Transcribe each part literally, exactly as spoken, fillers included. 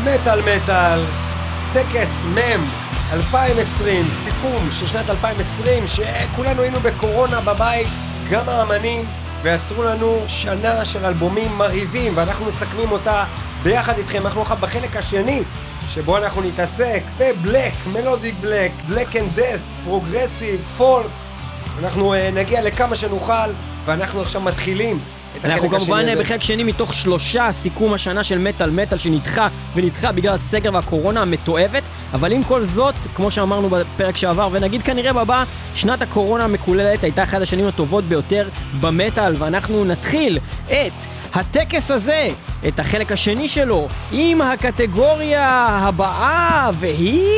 מטל מטל, טקס מם אלפיים עשרים, סיכום של שנת אלפיים עשרים, שכולנו היינו בקורונה בבית, גם האמנים, ויצרו לנו שנה של אלבומים מרהיבים, ואנחנו מסכמים אותה ביחד איתכם. אנחנו עכשיו בחלק השני, שבו אנחנו נתעסק בבלק, מלודיק בלק, בלק אנד דאט, פרוגרסיב, פולק. אנחנו uh, נגיע לכמה שנוכל, ואנחנו עכשיו מתחילים את החלק השני. אנחנו כמובן בחלק שני מתוך שלושה סיכום השנה של מטל מטל שנדחה ונדחה בגלל הסגר והקורונה המתועבת, אבל עם כל זאת, כמו שאמרנו בפרק שעבר, ונגיד כנראה בבא, שנת הקורונה המקוללת הייתה אחת השנים הטובות ביותר במטל, ואנחנו נתחיל את הטקס הזה, את החלק השני שלו, עם הקטגוריה הבאה, והיא...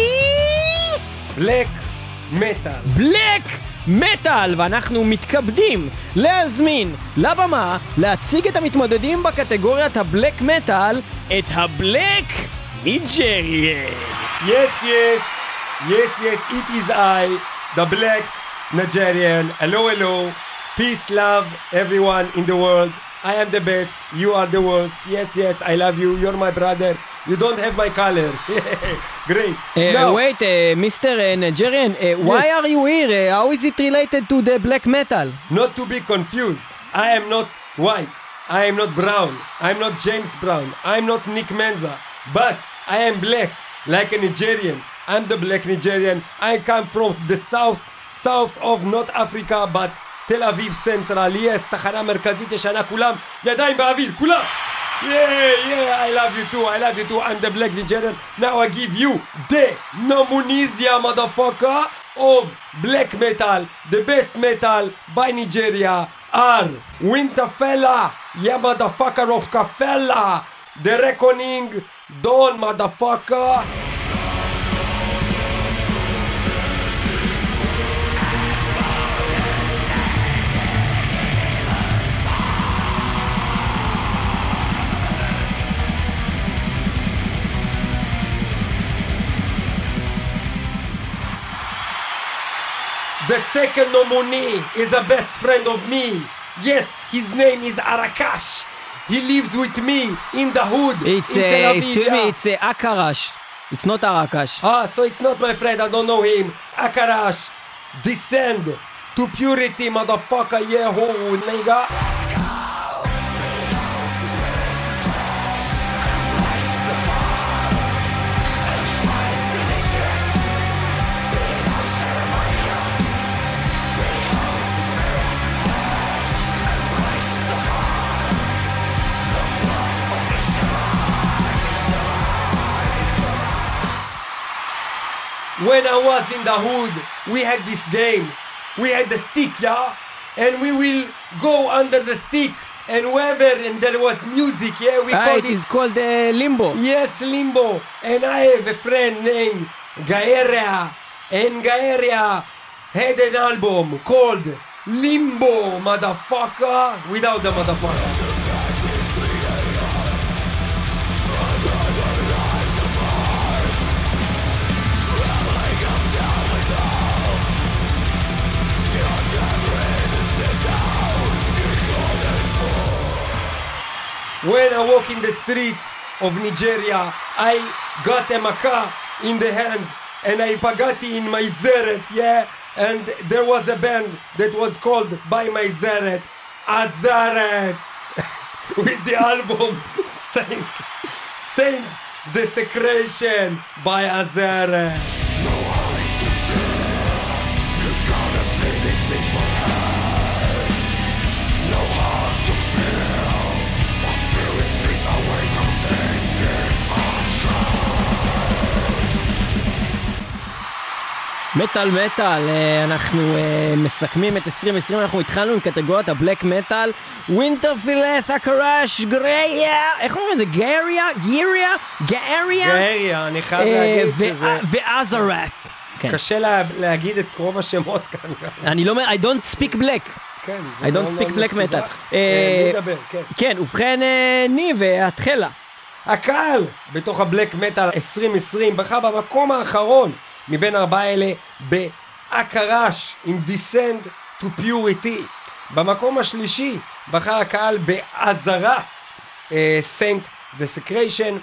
בלק מטל. בלק מטל, ואנחנו מתכבדים להזמין לבמה להציג את המתמודדים בקטגוריית הבלק מטל, את הבלק ניג'ריאן. Yes, yes, yes, yes, it is I, the black Nigerian. Hello, hello, peace, love, everyone in the world. I am the best, you are the worst. Yes, yes, I love you, you're my brother. You don't have my color. Great. Uh, now, wait, uh, Mister Uh, Nigerian, uh, why Yes. are you here? Uh, how is it related to the black metal? not to be confused, I am not white, I am not brown, I am not James Brown, I am not Nick Menza, but I am black, like a Nigerian. I'm the black Nigerian. I come from the south, south of not Africa, but תל אביב סנטרל. yes, תחנה מרכזית ישנה, כולם ידיים באוויר, כולם. Yeah, yeah, I love you too, I love you too. I'm the black Nigerian. Now I give you the nomunisia motherfucker of black metal. The best metal by Nigeria are Winterfella, yeah motherfucker of Kafella. The Reckoning, Dawn motherfucker. The second nominee is the best friend of me. Yes, his name is Arakash. He lives with me in the hood It's, in uh, Tel Aviv. excuse me, it's uh, Akarash. It's not Arakash. Ah, so it's not my friend, I don't know him. Akarash, descend to purity, motherfucker, yeho, nigga. When I was in the hood, we had this game. We had the stick, yeah? And we will go under the stick, and whoever, and there was music, yeah? We Ah, called it it... is called uh, Limbo. Yes, Limbo. And I have a friend named Gaeria. And Gaeria had an album called Limbo, motherfucker, without the motherfucker. When I walk in the street of Nigeria, I got a maca in the hand and I pagati in my zeret, yeah? And there was a band that was called by my zeret, Azaret, with the album Saint, Saint Desecration by Azaret. מטל מטל, אנחנו uh, מסכמים את עשרים עשרים, אנחנו התחלנו עם קטגוריית הבלק מטל, ווינטרפילת, אקראש, גריה, איך אומרים את זה? גריה? גיריה? גאריה? גאריה, אני חייב להגיד שזה... ואזרת. קשה לה, להגיד את רוב השמות כאן. אני לא אומר, I don't speak black. כן, I don't speak black metal. מי ידבר, כן. כן, ובכן, ניב, התחלה. הקהל בתוך הבלק מטל עשרים עשרים בחר במקום האחרון מבין ארבעה אלה באקראש עם Descend to Purity. במקום השלישי בחר הקהל בעזרה, uh, Saint Desecration.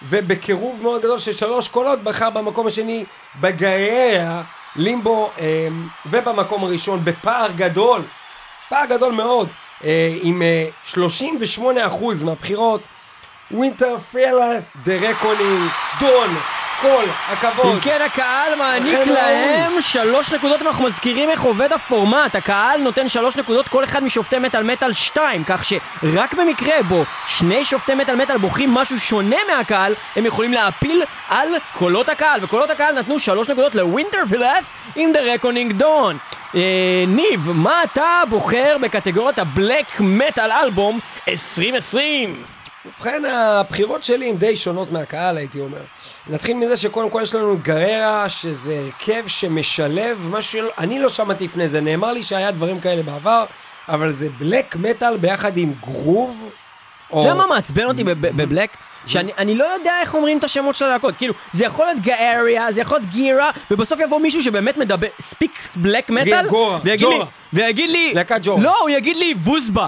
ובקירוב מאוד גדול של שלוש קולות בחר במקום השני בגאיה, לימבו, ובמקום הראשון בפער גדול, פער גדול מאוד, עם שלושים ושמונה אחוז מהבחירות, ווינטר פילת, דה רקונינג, דון, כל הכבוד. אם כן, הקהל מעניק להם שלוש נקודות, אנחנו מזכירים איך עובד הפורמט, הקהל נותן שלוש נקודות כל אחד משופטי מטל מטל שתיים, כך שרק במקרה בו שני שופטי מטל מטל בוחרים משהו שונה מהקהל, הם יכולים להפיל על קולות הקהל, וקולות הקהל נתנו שלוש נקודות לווינטר פילת עם דה רקונינג דון. ניב, מה אתה בוחר בקטגוריית הבלק מטל אלבום עשרים עשרים? ובכן, הבחירות שלי הן די שונות מהקהל, הייתי אומר. נתחיל מזה שקודם כל יש לנו גררה, שזה הרכב שמשלב משהו, אני לא שמעתי לפני זה, נאמר לי שהיה דברים כאלה בעבר, אבל זה בלק מטל ביחד עם גרוב. אתה יודע מה מעצבן אותי בבלק? שאני לא יודע איך אומרים את השמות של הלהקות, כאילו, זה יכול להיות גאריה, זה יכול להיות גירה, ובסוף יבוא מישהו שבאמת מדבר, ספיקס בלק מטל, ויגיד לי, לא, הוא יגיד לי ווזבה.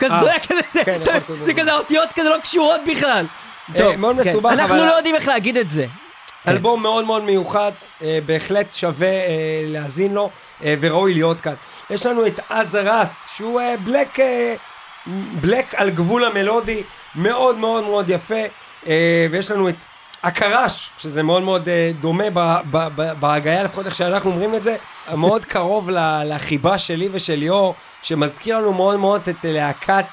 זה כזה אותיות כזה לא קשורות בכלל. מאוד מסובך, אבל אנחנו לא יודעים איך להגיד את זה. אלבום מאוד מאוד מיוחד, בהחלט שווה להזין לו וראוי להיות כאן. יש לנו את אזרת, שהוא בלק בלק על גבול המלודי, מאוד מאוד מאוד יפה, ויש לנו את הקרש, שזה מאוד מאוד דומה בהגיה, לפחות איך שאנחנו אומרים את זה, מאוד קרוב לחיבה שלי ושל ליאור, שמזכיר לנו מאוד מאוד את להקת,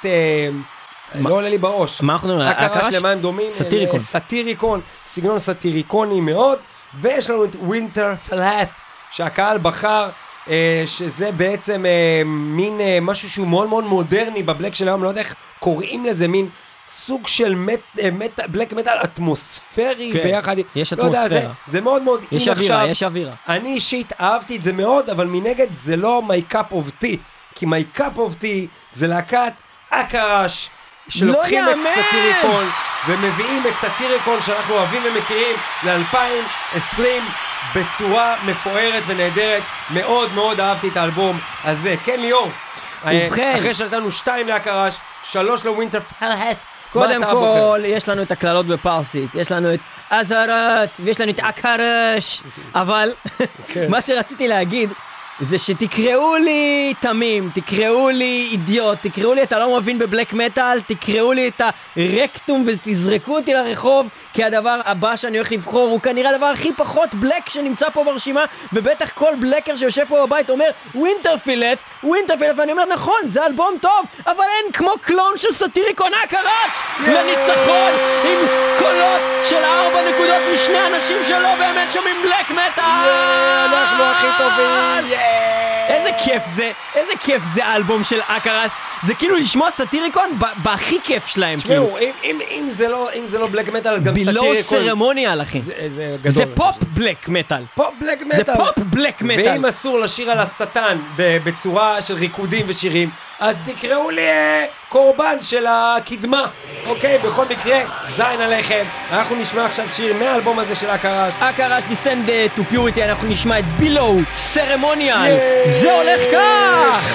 לא עולה לי בראש, מה אנחנו אומרים? הקרש למה הם דומים? סטיריקון. סטיריקון, סגנון סטיריקוני מאוד, ויש לנו את ווינטר פילת, שהקהל בחר, שזה בעצם מין משהו שהוא מאוד מאוד מודרני בבלק של היום, לא יודע איך קוראים לזה, מין סוג של בלק מטל אטמוספרי ביחד. יש אטמוספירה. זה מאוד מאוד יש אווירה, יש אווירה. אני אישית אהבתי את זה מאוד, אבל מנגד זה לא my cup of tea, כי my cup of tea זה להקת הקרש, שלוקחים את סטיריקון ומביאים את סטיריקון שאנחנו אוהבים ומכירים ל-אלפיים עשרים בצורה מפוארת ונהדרת. מאוד מאוד אהבתי את האלבום הזה. כן ליאור, אחרי שנתנו שתיים להקרש, שלוש לווינטר פילת, קודם כל יש לנו את הכללות בפרסית, יש לנו את אזרת ויש לנו את הקרש, אבל מה שרציתי להגיד זה שתקראו לי תמים, תקראו לי אידיוט, תקראו לי אתה לא מבין בבלק מטל, תקראו לי את הרקטום ותזרקו אותי לרחוב, כי הדבר הבא שאני הולך לבחור הוא כנראה הדבר הכי פחות בלק שנמצא פה ברשימה, ובטח כל בלקר שיושב פה בבית אומר ווינטר פילת, ווינטר פילת, ואני אומר נכון, זה אלבום טוב, אבל אין כמו קלון של סטיריקון הקרש לניצחון עם קולות של ארבע נקודות משני אנשים שלא באמת שומעים בלק מטל. אנחנו הכי טובים. איזה כיף זה, איזה כיף זה אלבום של הקרש, זה כאילו לשמוע סטיריקון בהכי כיף שלהם. תשמעו, אם זה לא בלק מטל, אז גם סטיריקון. בלו סרמוניאל, אחי. זה פופ בלק מטל. פופ בלק מטל. זה פופ בלק מטל. ואם אסור לשיר על השטן בצורה של ריקודים ושירים, אז תקראו לי קורבן של הקדמה. אוקיי, בכל מקרה, זין עליכם. אנחנו נשמע עכשיו שיר מהאלבום הזה של הקרש. הקרש Descend to Purity, אנחנו נשמע את בלו סרמוניאל. זה הולך כך!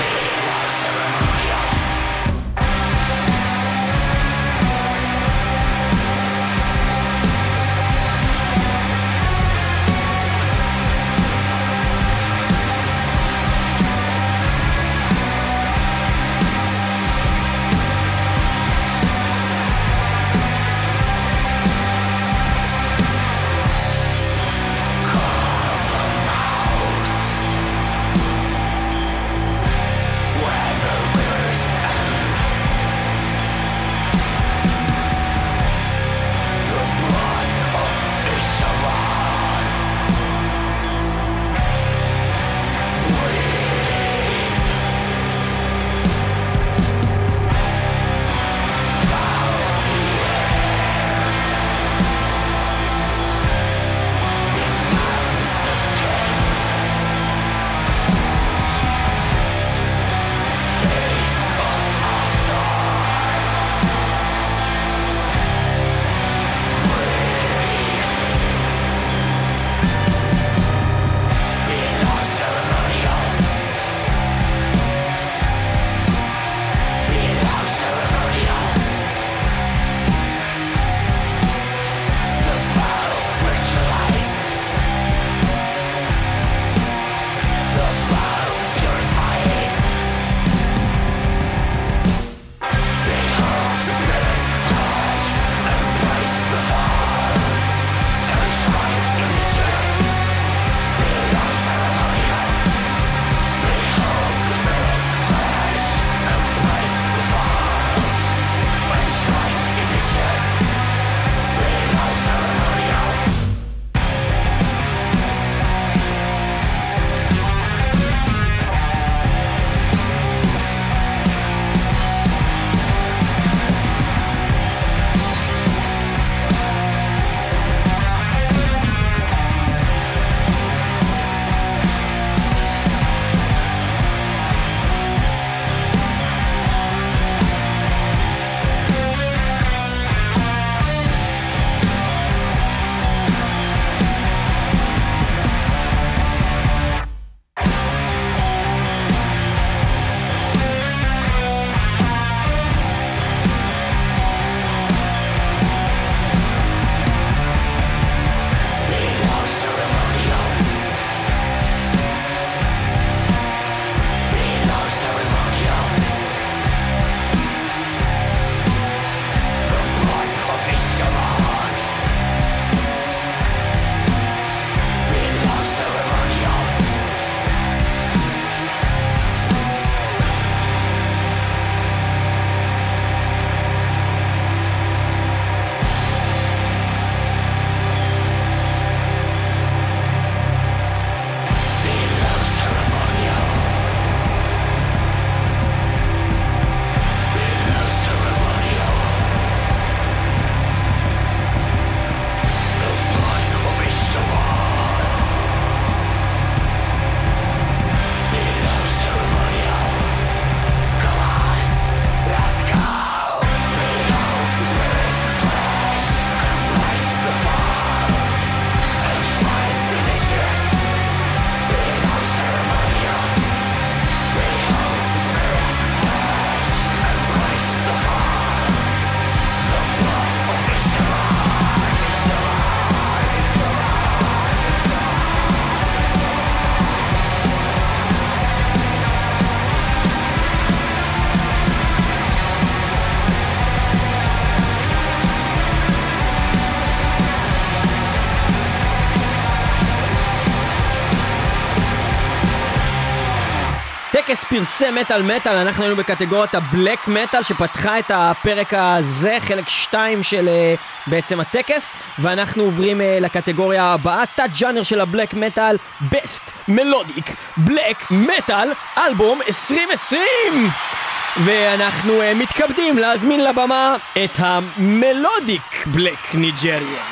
בטקס פרסי מטל מטל, אנחנו היינו בקטגוריית הבלק מטל שפתחה את הפרק הזה, חלק שתיים של uh, בעצם הטקס, ואנחנו עוברים uh, לקטגוריה הבאה, תת ג'אנר של הבלק מטל, Best Melodic Black Metal, אלבום עשרים עשרים. ואנחנו uh, מתכבדים להזמין לבמה את המלודיק בלק ניג'ריאן.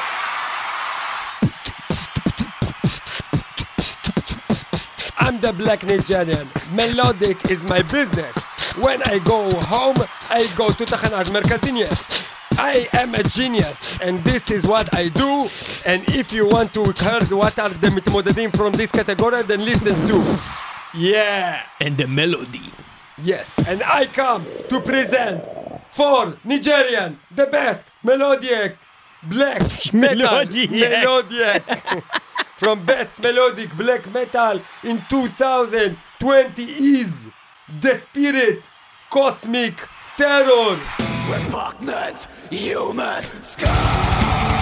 I'm the black Nigerian. Melodic is my business. When I go home, I go to Tachanat Merkazinias. I am a genius, and this is what I do. And if you want to hear what are the mitmodedim from this category, then listen to. Yeah. And the melody. Yes. And I come to present for Nigerian the best melodic black metal. Melodic. Melodic. From Best Melodic Black Metal in two thousand twenty is The Spirit Cosmic Terror. Repugnant human scum.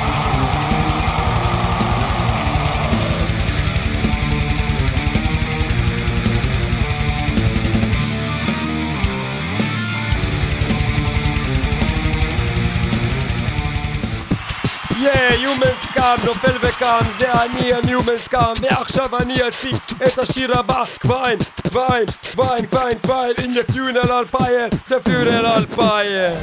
Yeah, human scum, נופל וקם, זה אני הניומן סקאם, ועכשיו אני אציג את השיר הבא, קווין, קווין, קווין, קווין, קווין, in the funeral pyre, the funeral pyre.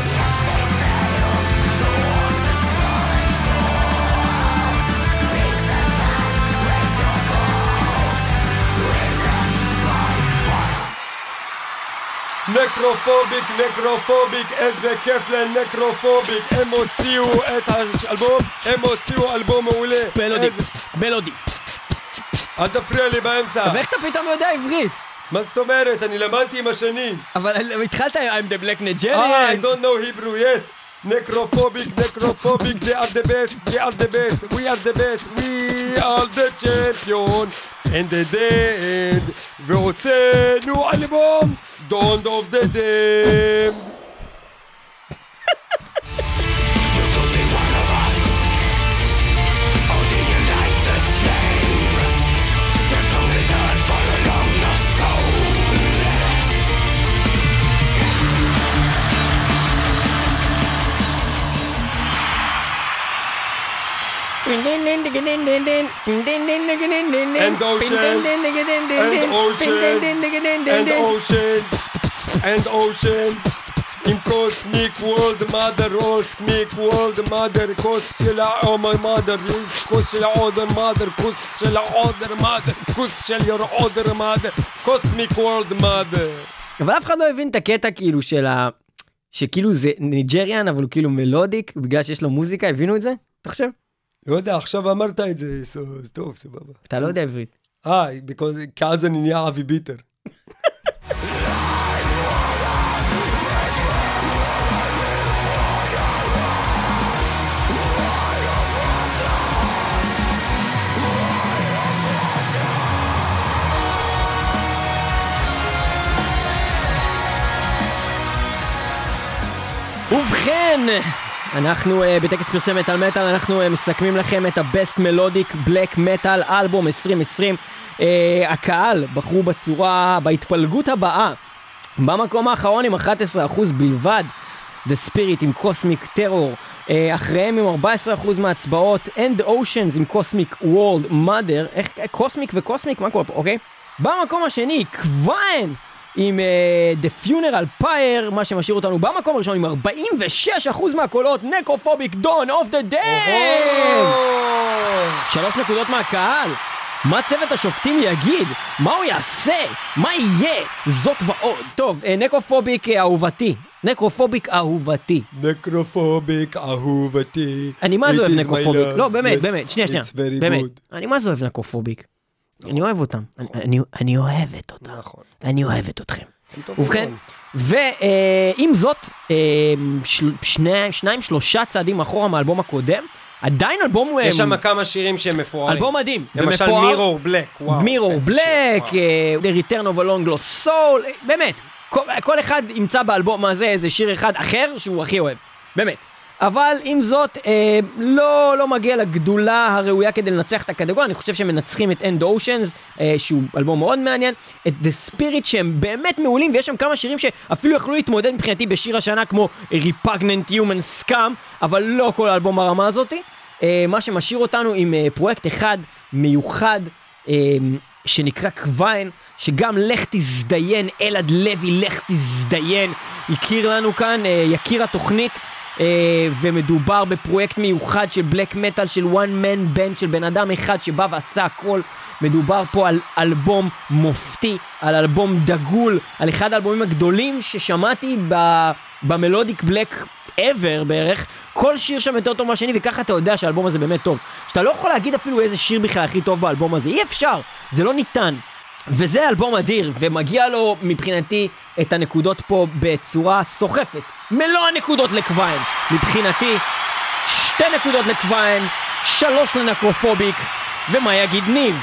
נקרופוביק, נקרופוביק, איזה כיף לנקרופוביק. הם הוציאו את האלבום, הם הוציאו אלבום מעולה. מלודי, מלודי. אל תפריע לי באמצע. ואיך אתה פתאום יודע עברית? מה זאת אומרת? אני למדתי עם השנים. אבל התחלת I'm the black Nigerian. Ah, I don't know Hebrew, yes. Necrophobic, necrophobic, they are the best, they are the best, we are the best, we are the champion. And the dead, והוצאנו אלבום, Dawn of the Damned. And oceans, and oceans, and oceans, and oceans, עם קוסמיק וולד מאדר, קוסמיק וולד מאדר, כוס של העומר מאדר, כוס של העודר מאדר, כוס של העודר מאדר, כוס של your עודר מאדר, קוסמיק וולד מאדר. אבל אף אחד לא הבין את הקטע כאילו של ה... שכאילו זה ניג'ריאן אבל הוא כאילו מלודיק בגלל שיש לו מוזיקה, הבינו את זה? אתה חושב? לא יודע, עכשיו אמרת את זה, טוב, סבבה. אתה לא יודע עברית. אה, כי אז אני נהיה אבי ביטר. ובכן, אנחנו uh, בטקס פרסי מטל מטל, אנחנו uh, מסכמים לכם את ה-Best Melodic Black Metal אלבום עשרים עשרים. uh, הקהל בחרו בצורה, בהתפלגות הבאה, במקום האחרון עם אחת עשרה אחוז בלבד, The Spirit עם Cosmic Terror, uh, אחריהם עם ארבעה עשר אחוז מההצבעות, And Oceans עם Cosmic World Mother, איך, קוסמיק וקוסמיק, מה קורה פה, אוקיי? במקום השני, קווין! עם uh, The Funeral Pyre, מה שמשאיר אותנו במקום הראשון עם ארבעים ושש אחוז מהקולות, נקרופוביק Dawn of the Damned. שלוש נקודות מהקהל. מה צוות השופטים יגיד? מה הוא יעשה? מה יהיה? זאת ועוד. טוב, נקרופוביק אהובתי. נקרופוביק אהובתי. נקרופוביק אהובתי. אני מה זה אוהב נקרופוביק? לא, באמת, באמת, שנייה, שנייה. באמת. אני מה זה אוהב נקרופוביק? אני אוהב אותם, אני אוהבת אותם, אני אוהבת אתכם. ובכן, ועם זאת, שניים שלושה צעדים אחורה מהאלבום הקודם, עדיין אלבום... יש שם כמה שירים שהם מפוארים. אלבום מדהים. למשל מירור בלק, וואו. מירור בלק, The Return of a Long Lost Soul, באמת, כל אחד ימצא באלבום הזה איזה שיר אחד אחר שהוא הכי אוהב, באמת. אבל עם זאת, אה, לא, לא מגיע לגדולה הראויה כדי לנצח את הקטגוריה. אני חושב שהם מנצחים את End Oceans, אה, שהוא אלבום מאוד מעניין, את The Spirit שהם באמת מעולים, ויש שם כמה שירים שאפילו יכלו להתמודד מבחינתי בשיר השנה כמו Repugnant Human Scum, אבל לא כל האלבום הרמה הזאת. אה, מה שמשאיר אותנו עם אה, פרויקט אחד מיוחד, אה, שנקרא קוויין, שגם לך תזדיין, אלעד לוי, לך תזדיין, הכיר לנו כאן, אה, יכיר התוכנית, Uh, ומדובר בפרויקט מיוחד של בלק מטל, של one man band, של בן אדם אחד שבא ועשה הכל. מדובר פה על אלבום מופתי, על אלבום דגול, על אחד האלבומים הגדולים ששמעתי ב- במלודיק בלק ever בערך. כל שיר שם יותר טוב מהשני, וככה אתה יודע שהאלבום הזה באמת טוב, שאתה לא יכול להגיד אפילו איזה שיר בכלל הכי טוב באלבום הזה, אי אפשר, זה לא ניתן. וזה אלבום אדיר, ומגיע לו מבחינתי את הנקודות פה בצורה סוחפת. מלוא הנקודות לקוויין. מבחינתי, שתי נקודות לקוויין, שלוש לנקרופוביק, ומה יגיד ניב?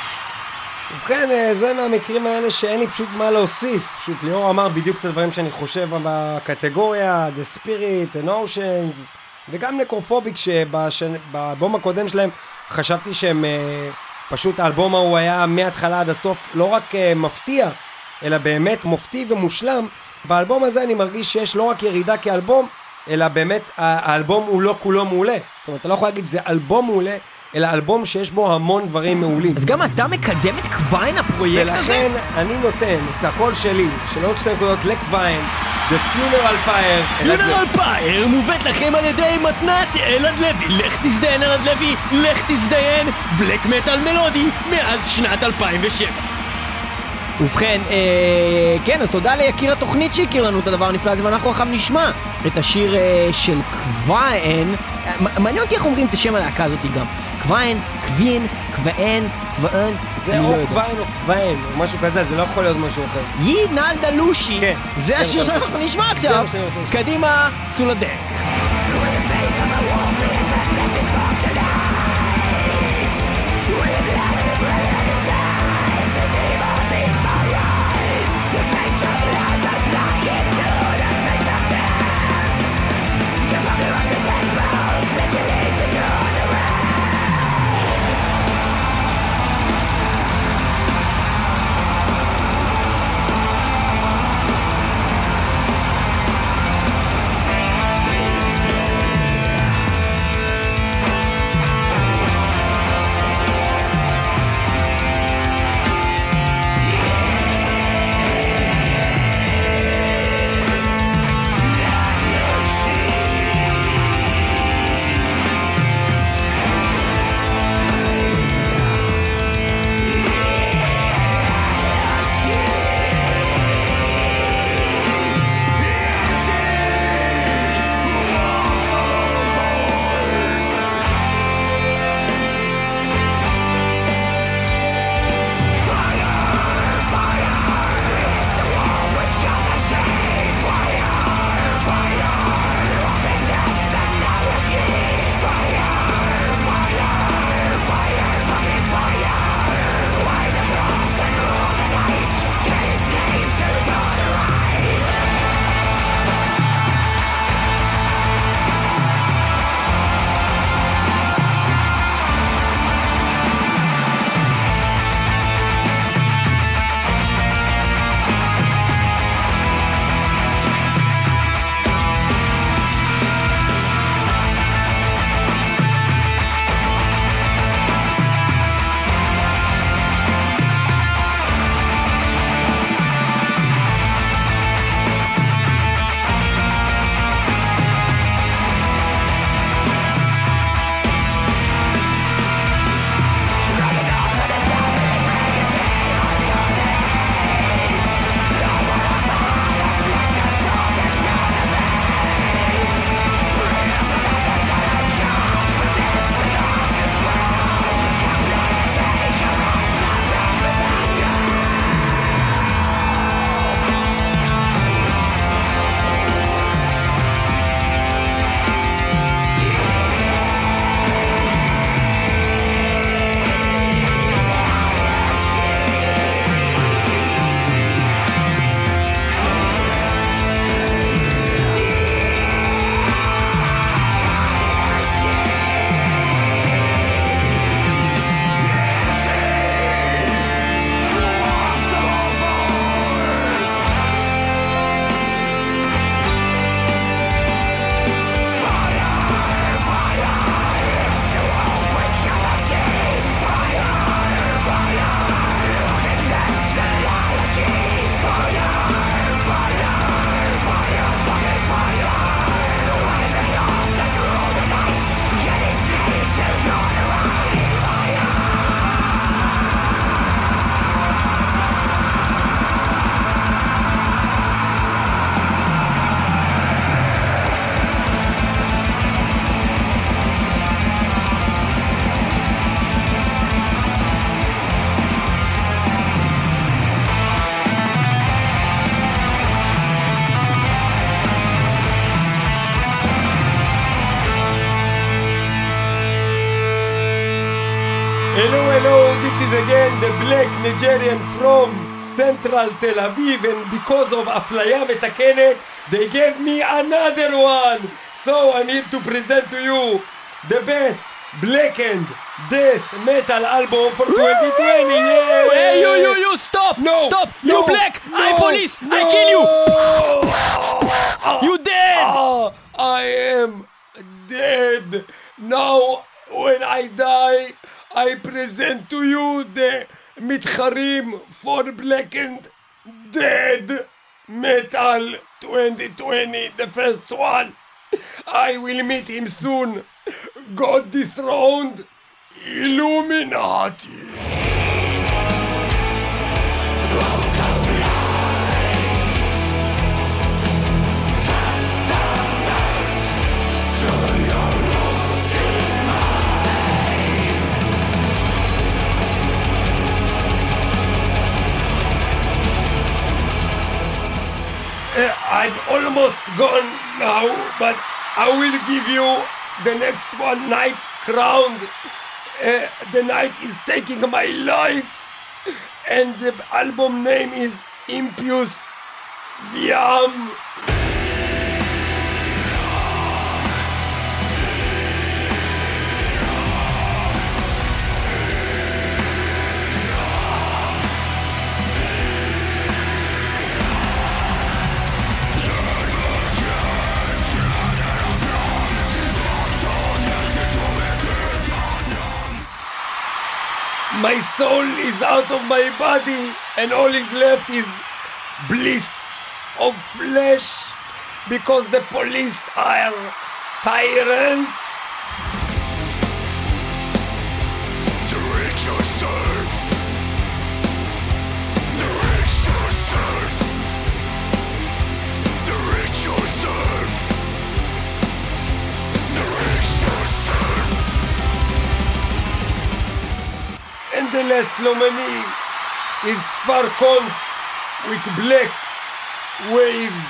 ובכן, זה מהמקרים האלה שאין לי פשוט מה להוסיף. פשוט ליאור אמר בדיוק את הדברים שאני חושב בקטגוריה, The Spirit, An Oceans, וגם נקרופוביק שבאלבום הקודם שלהם חשבתי שהם... פשוט האלבום ההוא היה מההתחלה עד הסוף לא רק uh, מפתיע, אלא באמת מופתי ומושלם. באלבום הזה אני מרגיש שיש לא רק ירידה כאלבום, אלא באמת האלבום הוא לא כולו מעולה. זאת אומרת, אתה לא יכול להגיד זה אלבום מעולה, אלא אלבום שיש בו המון דברים מעולים. אז גם אתה מקדם את קוויין הפרויקט הזה? ולכן אני נותן את הקול שלי, שלא שתי נקודות לקוויין, The Funeral Pyre. Funeral Pyre מובאת לכם על ידי מתנת אלעד לוי. לך תזדיין אלעד לוי, לך תזדיין, בלק מטל מלודי מאז שנת אלפיים ושבע. ובכן, אה, כן, אז תודה ליקיר התוכנית שהכיר לנו את הדבר הנפלא הזה, ואנחנו עכשיו נשמע את השיר אה, של קוויין. מעניין אותי איך אומרים את השם הלהקה הזאת גם. קוויין, קווין, קוויין, קוויין. זה או קוויין או קוויין, או משהו כזה, זה לא יכול להיות משהו אחר. יינל דלושי, כן. זה השיר שאנחנו נשמע עכשיו. קדימה, צאו לדרך. We Hello, hello, this is again the black Nigerian from Central Tel Aviv, and because of אפליה מתקנת, they gave me another one. So I'm here to present to you the best blackened death metal album for twenty twenty. Yeah. Hey, you, you, you, stop! No! Stop! No, You black! no, I police! no. I kill you! You dead! Ah, I am dead. Now, when I die, I present to you the מתחרים for blackened dead metal twenty twenty, the first one. I will meet him soon. God dethroned, Illuminati. Uh, I'm almost gone now, but I will give you the next one, Night Crowned. Uh, the night is taking my life, and the album name is Impious Viam. My soul is out of my body, and all is left is bliss of flesh, because the police are tyrant. The rich are served. The rich are served. The rich are served. The rich are served. And the last Lomani is Farcons with black waves.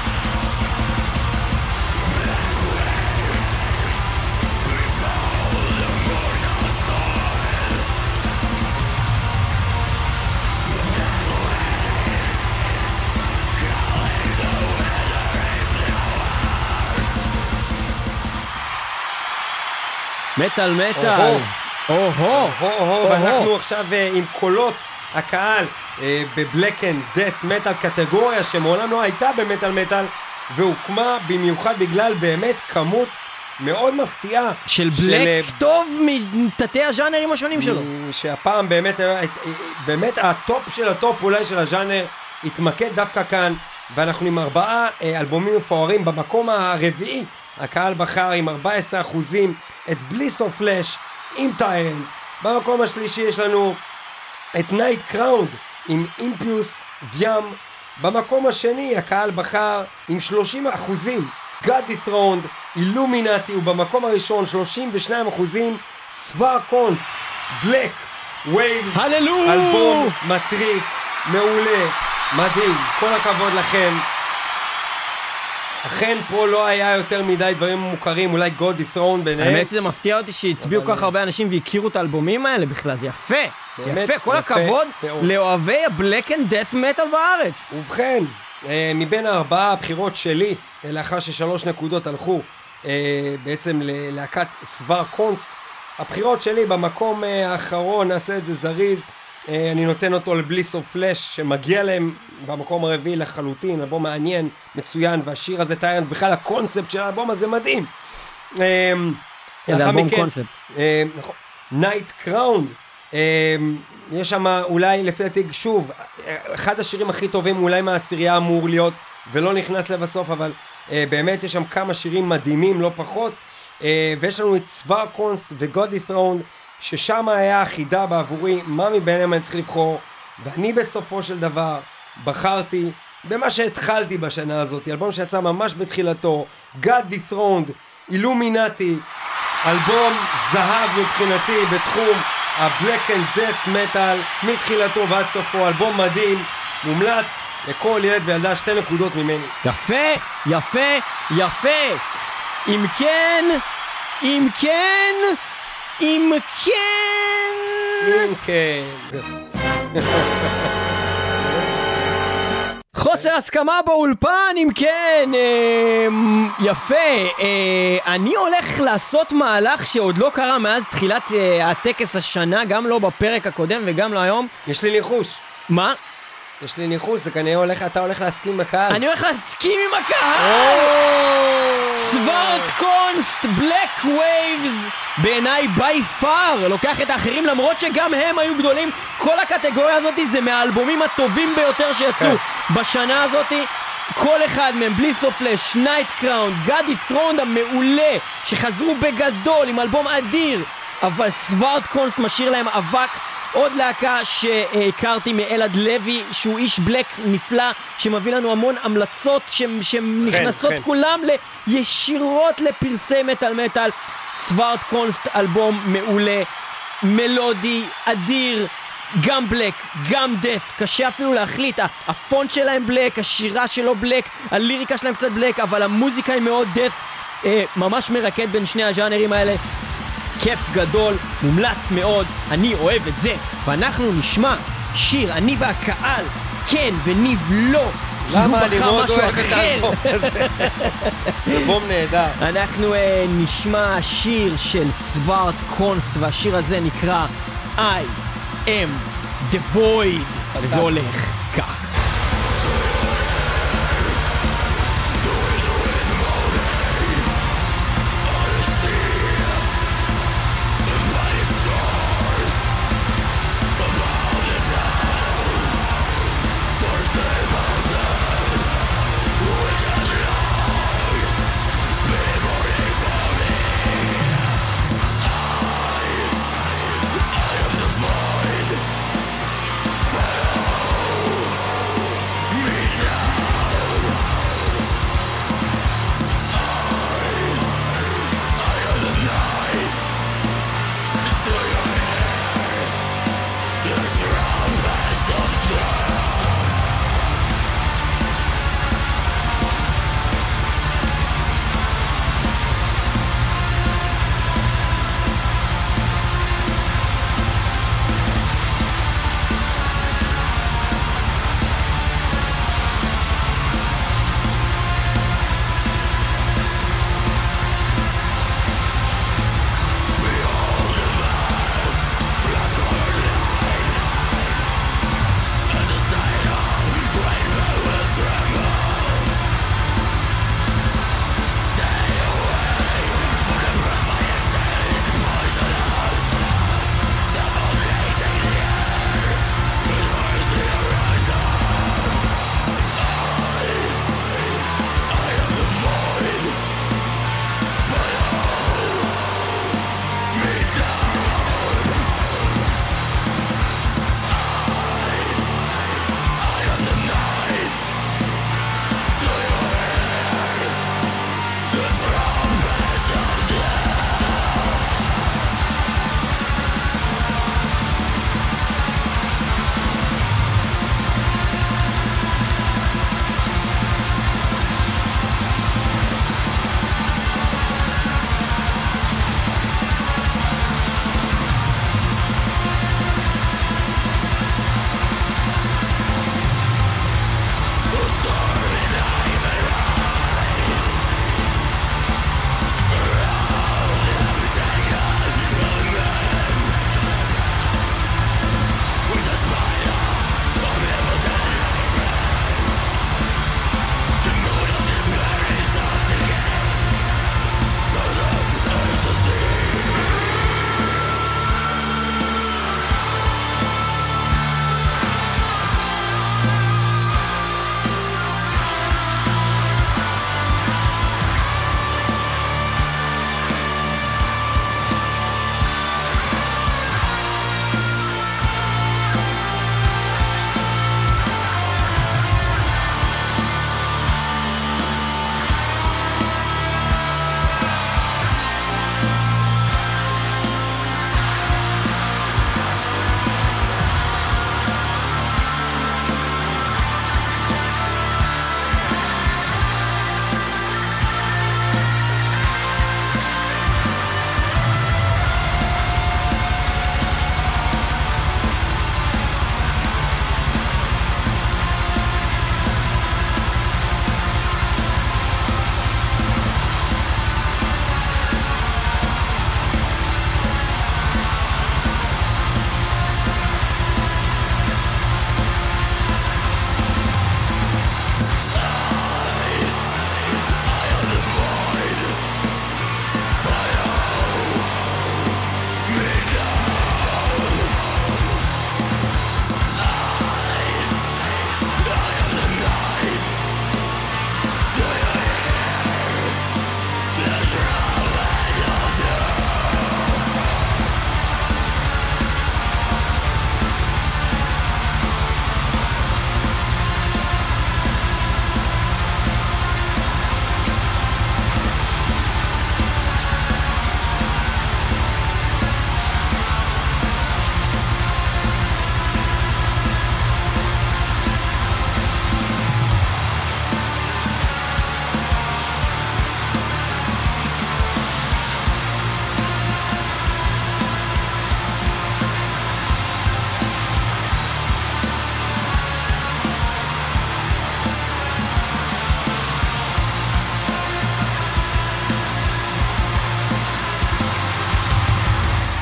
מטל מטל. אוהו. הו, ואנחנו עכשיו עם קולות הקהל בבלק אנד דאט מטל, קטגוריה שמעולם לא הייתה במטל מטל, והוקמה במיוחד בגלל באמת כמות מאוד מפתיעה של בלק טוב מתתי הז'אנרים השונים שלו. שהפעם באמת, באמת הטופ של הטופ אולי של הז'אנר התמקד דווקא כאן, ואנחנו עם ארבעה אלבומים מפוארים. במקום הרביעי הקהל בחר עם ארבעה עשר אחוזים את בליס אוף פלאש עם טיינט. במקום השלישי יש לנו את נייט קראונד עם אימפיוס ויאם. במקום השני הקהל בחר עם שלושים אחוזים God Dethroned, אילומינטי. ובמקום הראשון שלושים ושניים אחוזים סבר קונסט, בלק ווייבס. הללו! אלבום מטריק, מעולה, מדהים, כל הכבוד לכם. אכן פה לא היה יותר מדי דברים מוכרים, אולי God Dethroned ביניהם. האמת שזה מפתיע אותי שהצביעו כל כך הרבה אנשים והכירו את האלבומים האלה בכלל, זה יפה, יפה, כל הכבוד לאוהבי הבלק אנד דאט מטל בארץ. ובכן, מבין הארבעה הבחירות שלי, לאחר ששלוש נקודות הלכו בעצם ללהקת סבר קונסט, הבחירות שלי במקום האחרון, נעשה את זה זריז, אני נותן אותו לבליס אוף פלאש, שמגיע להם במקום הרביעי לחלוטין, אלבום מעניין, מצוין, והשיר הזה טיינט, בכלל הקונספט של האלבום הזה מדהים. זה אלבום קונספט. נייט קראונד, יש שם אולי לפי דעתי, שוב, אחד השירים הכי טובים אולי מהעשירייה אמור להיות, ולא נכנס לבסוף, אבל באמת יש שם כמה שירים מדהימים, לא פחות, ויש לנו את סבר קונסט וגוד דת'רונד, ששם היה החידה בעבורי, מה מביניהם אני צריך לבחור, ואני בסופו של דבר בחרתי במה שהתחלתי בשנה הזאת, אלבום שיצא ממש בתחילתו, God Dethroned, אילומינטי, אלבום זהב מבחינתי בתחום ה-Black and Death Metal, מתחילתו ועד סופו, אלבום מדהים, מומלץ לכל ילד וילדה, שתי נקודות ממני. יפה, יפה, יפה. אם כן, אם כן, אם כן... אם כן. חוסר הסכמה באולפן, אם כן, אה, יפה. אה, אני הולך לעשות מהלך שעוד לא קרה מאז תחילת אה, הטקס השנה, גם לא בפרק הקודם וגם לא היום. יש לי ניחוש. מה? יש לי ניחוש, זה כנראה הולך, אתה הולך להסכים עם הקהל. אני הולך להסכים עם הקהל! סווארט קונסט, בלק ווייבס, בעיניי ביי פאר, לוקח את האחרים למרות שגם הם היו גדולים. כל הקטגוריה הזאת זה מהאלבומים הטובים ביותר שיצאו בשנה הזאת. כל אחד מהם, בלי סוף לש, נייט קראון, גאדי ת'רונד המעולה, שחזרו בגדול עם אלבום אדיר, אבל סווארט קונסט משאיר להם אבק. עוד להקה שהכרתי מאלעד לוי, שהוא איש בלק נפלא, שמביא לנו המון המלצות שנכנסות כולם ישירות לפרסי מטל מטל. סווארט קונסט, אלבום מעולה, מלודי, אדיר, גם בלק, גם דף, קשה אפילו להחליט. הפונט שלהם בלק, השירה שלו בלק, הליריקה שלהם קצת בלק, אבל המוזיקה היא מאוד דף, ממש מרקד בין שני הז'אנרים האלה. כיף גדול, מומלץ מאוד, אני אוהב את זה. ואנחנו נשמע שיר, אני והקהל, כן וניב לא, למה אני מאוד אוהב את האלבום הזה? אלבום נהדר. אנחנו uh, נשמע שיר של סווארט קונסט, והשיר הזה נקרא I am the void, וזה הולך כך. I am the void.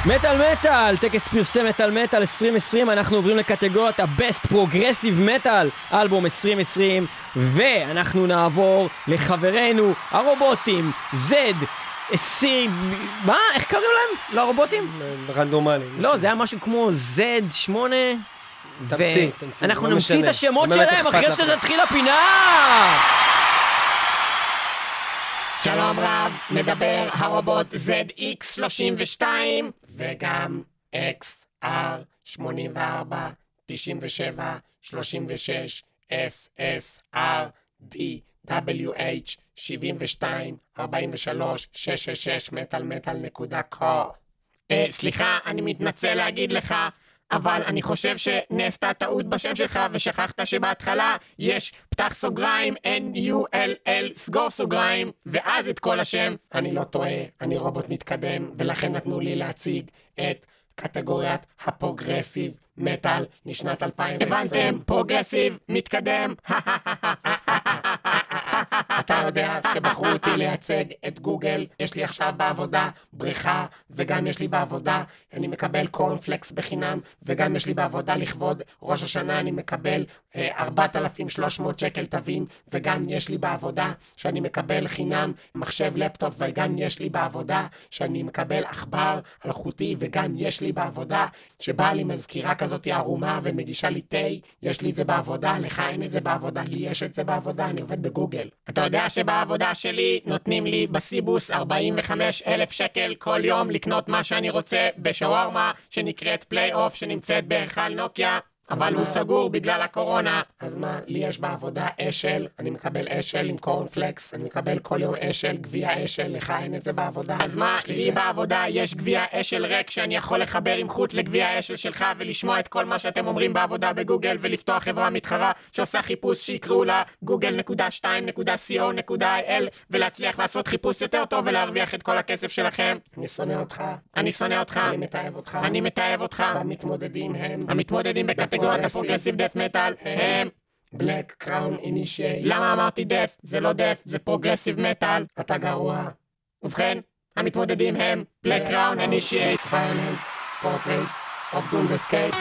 מטל מטל, טקס פרסי מטל מטל עשרים עשרים, אנחנו עוברים לקטגוריית ה-Best Progressive Metal, אלבום עשרים עשרים, ואנחנו נעבור לחברינו הרובוטים, זד, סי... מה? איך קוראים להם? לרובוטים? רנדומליים. לא, זה היה משהו כמו זד שמונה, תמציא, תמציא. אנחנו לא נמציא את משנה. השמות באמת שלהם אכפת אחרי לך. שתתחיל הפינה! שלום רב, מדבר הרובוט זד אקס שלושים ושתיים וגם אקס אר שמונים וארבע תשעים ושבע שלושים ושש אס אס אר די דאבליו אייץ' שבעים ושתיים ארבעים ושלוש שש שש שש מטל מטל נקודה קו. אה, סליחה, אני מתנצל להגיד לך, אבל אני חושב שנעשתה טעות בשם שלך ושכחת שבהתחלה יש פתח סוגריים N U L L סגור סוגריים ואז את כל השם. אני לא טועה, אני רובוט מתקדם, ולכן נתנו לי להציג את קטגוריית הפרוגרסיב מטל לשנת אלפיים ועשרים. הבנתם? פרוגרסיב, מתקדם. אתה יודע שבחרו אותי לייצג את גוגל, יש לי עכשיו בעבודה בריכה, וגם יש לי בעבודה, אני מקבל קורנפלקס בחינם, וגם יש לי בעבודה לכבוד ראש השנה, אני מקבל אה, ארבעת אלפים ושלוש מאות שקל תבין, וגם יש לי בעבודה שאני מקבל חינם מחשב לפטופ, וגם יש לי בעבודה שאני מקבל עכבר אלחוטי, וגם יש לי בעבודה שבאה לי מזכירה כזאת ערומה ומגישה לי תה, יש לי את זה בעבודה, לך אין את זה בעבודה, לי יש את זה בעבודה, אני עובד בגוגל. אתה יודע שבעבודה שלי נותנים לי בסיבוס ארבעים וחמישה אלף שקל כל יום לקנות מה שאני רוצה בשווארמה שנקראת פליי אוף שנמצאת בהיכל נוקיה, אבל הוא סגור בגלל הקורונה. אז מה, לי יש בעבודה אשל, אני מקבל אשל עם קורנפלקס, אני מקבל כל יום אשל, גביע אשל, לך אין את זה בעבודה. אז מה, לי בעבודה יש גביע אשל ריק שאני יכול לחבר עם חוט לגביע אשל שלך ולשמוע את כל מה שאתם אומרים בעבודה בגוגל ולפתוח חברה מתחרה שעושה חיפוש שיקראו לה גוגל נקודה שתיים נקודה סי או נקודה איי אל ולהצליח לעשות חיפוש יותר טוב ולהרוויח את כל הכסף שלכם. אני שונא אותך. אני שונא אותך. אני מתאהב אותך. אני מתאהב אותך. והמתמודדים הם... המתמודדים בקטגוריית הפרוגרסיב דף מטל הם... בלק קראון אינישייט. למה אמרתי דף? זה לא דף, זה פרוגרסיב מטל. אתה גרוע. ובכן, המתמודדים הם בלק קראון אינישייט. ויולנט פורטרייטס אוף דומד אסקייפ.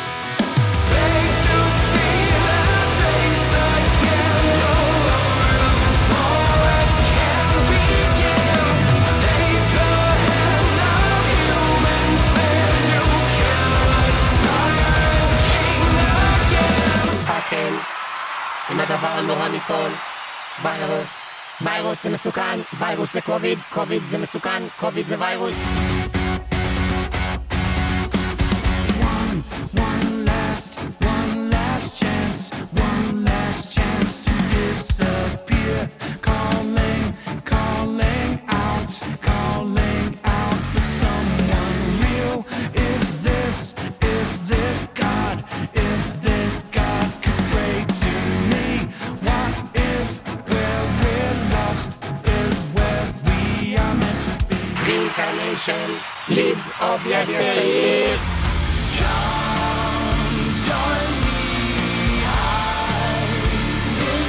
עם הדבר הנורא מכל, ויירוס. ויירוס זה מסוכן, ויירוס זה קוביד, קוביד זה מסוכן, קוביד זה ויירוס. One, one last, one last chance, one last chance to disappear. Calling, calling out, calling out for someone real. If this, if this God, if this God could pray to me, what if where we're lost is where we are meant to be? Reincarnation, Lives of yesteryear. Come join me, hide in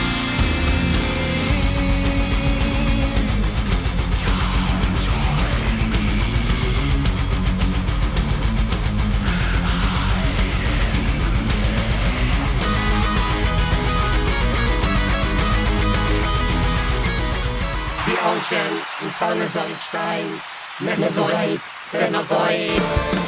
The Ocean, עם פרנזוריק שתיים, מזוזויק, סנוזויק.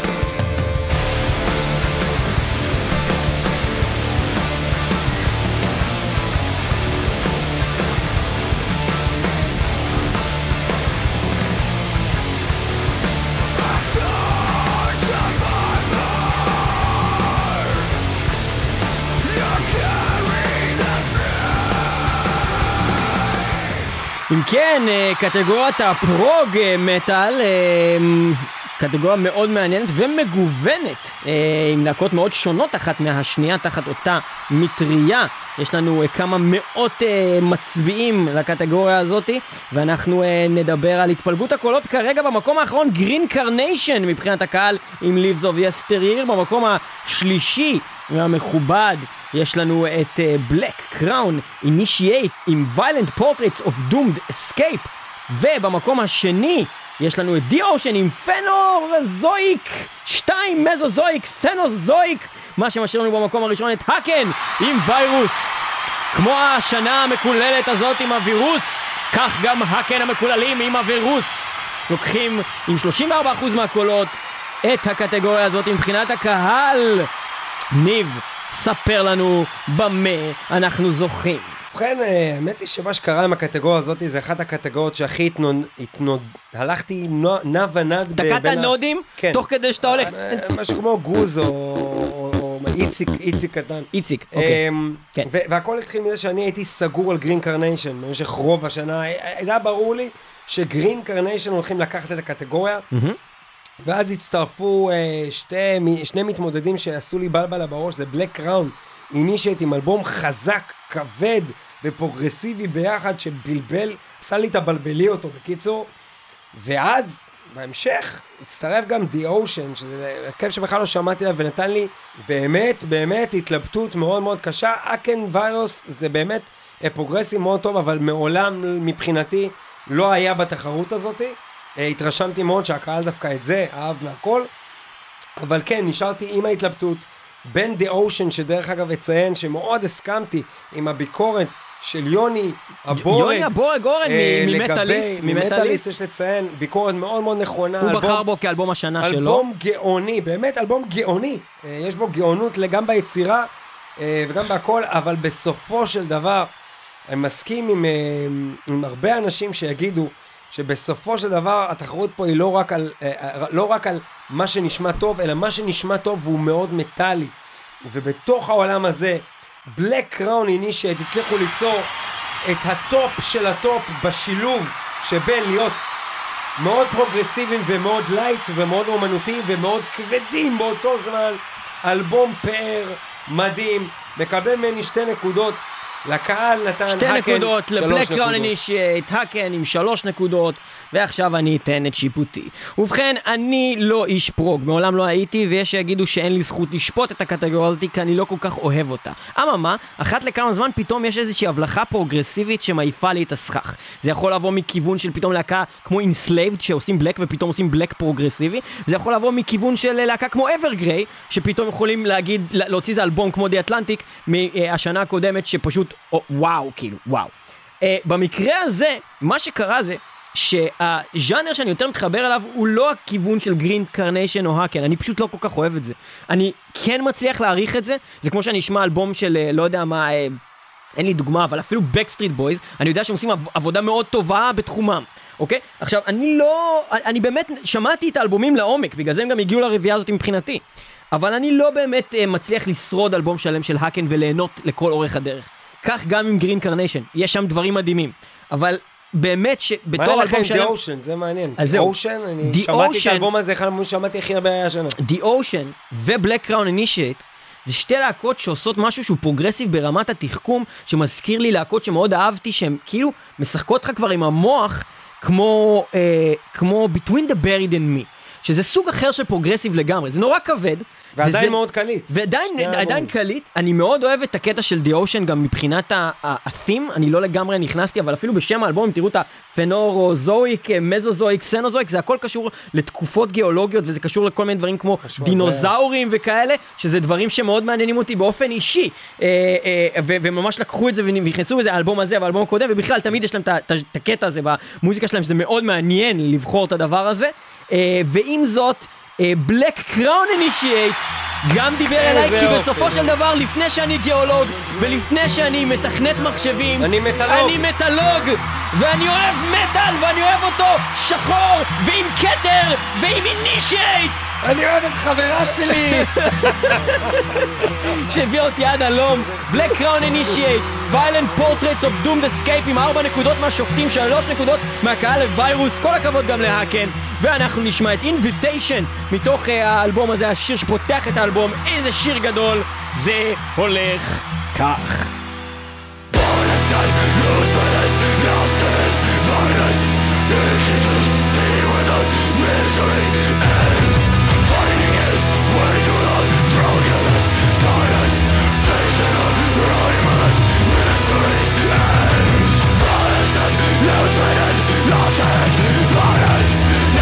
אם כן, קטגוריית הפרוג מטל, קטגוריה מאוד מעניינת ומגוונת, עם להקות מאוד שונות אחת מהשנייה תחת אותה מטריה. יש לנו כמה מאות מצביעים לקטגוריה הזאת, ואנחנו נדבר על התפלגות הקולות כרגע. במקום האחרון גרין קרניישן מבחינת הקהל עם Lives of Yesteryear. במקום השלישי והמכובד יש לנו את Black Crown Initiate עם Violent Portraits of Doomed Escape. ובמקום השני יש לנו את די-אושן עם פנורזויק, שתיים מזוזויק, סנוזויק, מה שמשאיר לנו במקום הראשון את האקן עם ויירוס. כמו השנה המקוללת הזאת עם הווירוס, כך גם האקן המקוללים עם הווירוס. לוקחים עם שלושים וארבעה אחוז מהקולות את הקטגוריה הזאת מבחינת הקהל. ניב, ספר לנו במה אנחנו זוכים. ובכן, האמת היא שמה שקרה עם הקטגוריה הזאת זה אחת הקטגוריות שהכי התנוד... התנוד... הלכתי נע ונד דקת הנודים? כן. תוך כדי שאתה הולך? משהו כמו גוז או, או, או איציק, איציק קטן. איציק, אוקיי. כן. ו- והכל התחיל מזה שאני הייתי סגור על גרין קרניישן במשך רוב השנה. זה היה ברור לי שגרין קרניישן הולכים לקחת את הקטגוריה, ואז הצטרפו שתי, שני מתמודדים שעשו לי בלבלה בראש, זה בלק קראון, אינישייט עם אלבום חזק, כבד ופרוגרסיבי ביחד, שבלבל, עשה לי את הבלבלי אותו בקיצור, ואז בהמשך הצטרף גם די-אושן, שזה הרכב שבכלל לא שמעתי עליו, ונתן לי באמת, באמת התלבטות מאוד מאוד קשה. האקן ויירוס זה באמת פרוגרסיב מאוד טוב, אבל מעולם מבחינתי לא היה בתחרות הזאת. התרשמתי מאוד שהקהל דווקא את זה אהב מהכל, אבל כן, נשארתי עם ההתלבטות בין די-אושן, שדרך אגב אציין שמאוד הסכמתי עם הביקורת של יוני הבורג. יוני הבורג אורן ממטאליסט. ממטאליסט יש לציין, ביקורת מאוד מאוד נכונה. הוא בחר בו כאלבום השנה שלו. אלבום גאוני, באמת אלבום גאוני. יש בו גאונות גם ביצירה וגם בהכל, אבל בסופו של דבר, אני מסכים עם, עם הרבה אנשים שיגידו, שבסופו של דבר התחרות פה היא לא רק על, לא רק על מה שנשמע טוב, אלא מה שנשמע טוב והוא מאוד מטלי. ובתוך העולם הזה, בלק קראון אינישייט הצליחו ליצור את הטופ של הטופ בשילוב שבין להיות מאוד פרוגרסיביים ומאוד לייט ומאוד אומנותיים ומאוד כבדים באותו זמן. אלבום פאר מדהים, מקבל ממני שתי נקודות, לקהל נתן שתי האקן נקודות, שלוש לבלק נקודות. קראון אינישייט, האקן עם שלוש נקודות, ועכשיו אני אתן את שיפוטי. ובכן, אני לא איש פרוג, מעולם לא הייתי, ויש שיגידו שאין לי זכות לשפוט את הקטגוריה הזאת, כי אני לא כל כך אוהב אותה. אממה, אחת לכמה זמן פתאום יש איזושהי הבלחה פרוגרסיבית שמעיפה לי את הסכך. זה יכול לבוא מכיוון של פתאום להקה כמו Enslaved, שעושים בלק ופתאום עושים בלק פרוגרסיבי, זה יכול לבוא מכיוון של להקה כמו Evergrey, שפתאום יכולים להגיד, להוציא זה אלבום כמו The Atlantic, מהשנה הקודמת שפשוט וואו, כאילו, וואו. Uh, במקרה הזה, מה שקרה זה שהז'אנר שאני יותר מתחבר אליו הוא לא הכיוון של גרין קרניישן או האקן, אני פשוט לא כל כך אוהב את זה. אני כן מצליח להעריך את זה, זה כמו שאני אשמע אלבום של, uh, לא יודע מה, uh, אין לי דוגמה, אבל אפילו Backstreet Boys, אני יודע שהם עושים עבודה מאוד טובה בתחומם. אוקיי? עכשיו, אני לא, אני באמת שמעתי את האלבומים לעומק, בגלל זה הם גם הגיעו לרביעה הזאת מבחינתי. אבל אני לא באמת uh, מצליח לשרוד אלבום שלם של האקן וליהנות לכל אורך הדרך. כך גם עם גרין קרניישן, יש שם דברים מדהימים, אבל באמת שבתור אלבום שלם... די-אושן, זה מעניין. אז זהו. די-אושן, אני שמעתי את האלבום הזה, אחד האלבומים שמעתי הכי הרבה היה השנה. די-אושן ובלק קראון אינישייט, זה שתי להקות שעושות משהו שהוא פרוגרסיב ברמת התחכום, שמזכיר לי להקות שמאוד אהבתי, שהן כאילו משחקות לך כבר עם המוח, כמו, אה, כמו Between the Buried and Me, שזה סוג אחר של פרוגרסיב לגמרי, זה נורא כבד. ועדיין מאוד קליט. ועדיין עדיין קליט. אני מאוד אוהב את הקטע של די-אושן, גם מבחינת ה-theme, אני לא לגמרי נכנסתי, אבל אפילו בשם האלבום, תראו את הפנורוזויק, מזוזויק, סנוזויק, זה הכל קשור לתקופות גיאולוגיות, וזה קשור לכל מיני דברים כמו דינוזאורים וכאלה, שזה דברים שמאוד מעניינים אותי באופן אישי, וממש לקחו את זה ונכנסו בזה, האלבום הזה והאלבום הקודם, ובכלל תמיד יש להם את הקטע הזה במוזיקה שלהם, שזה מאוד מעניין לבחור את הדבר הזה, ועם זאת, בלק קראון אינישייט גם דיבר אליי, כי בסופו של דבר, לפני שאני גיאולוג ולפני שאני מתכנת מחשבים, אני מטלוג אני מטלוג ואני אוהב מטל ואני אוהב אותו שחור ועם קטר ועם אינישייט. אני אוהב את חברה שלי שהביאה אותי עד הלום. בלק קראון אינישייט, Violent Portraits of Doomed Escape עם ארבע נקודות מהשופטים, שלוש נקודות מהקהל לווירוס, כל הכבוד גם להאקן. ואנחנו נשמע את Invitation מתוך uh, האלבום הזה, השיר שפותח את האלבום. איזה שיר גדול, זה הולך כך. Lost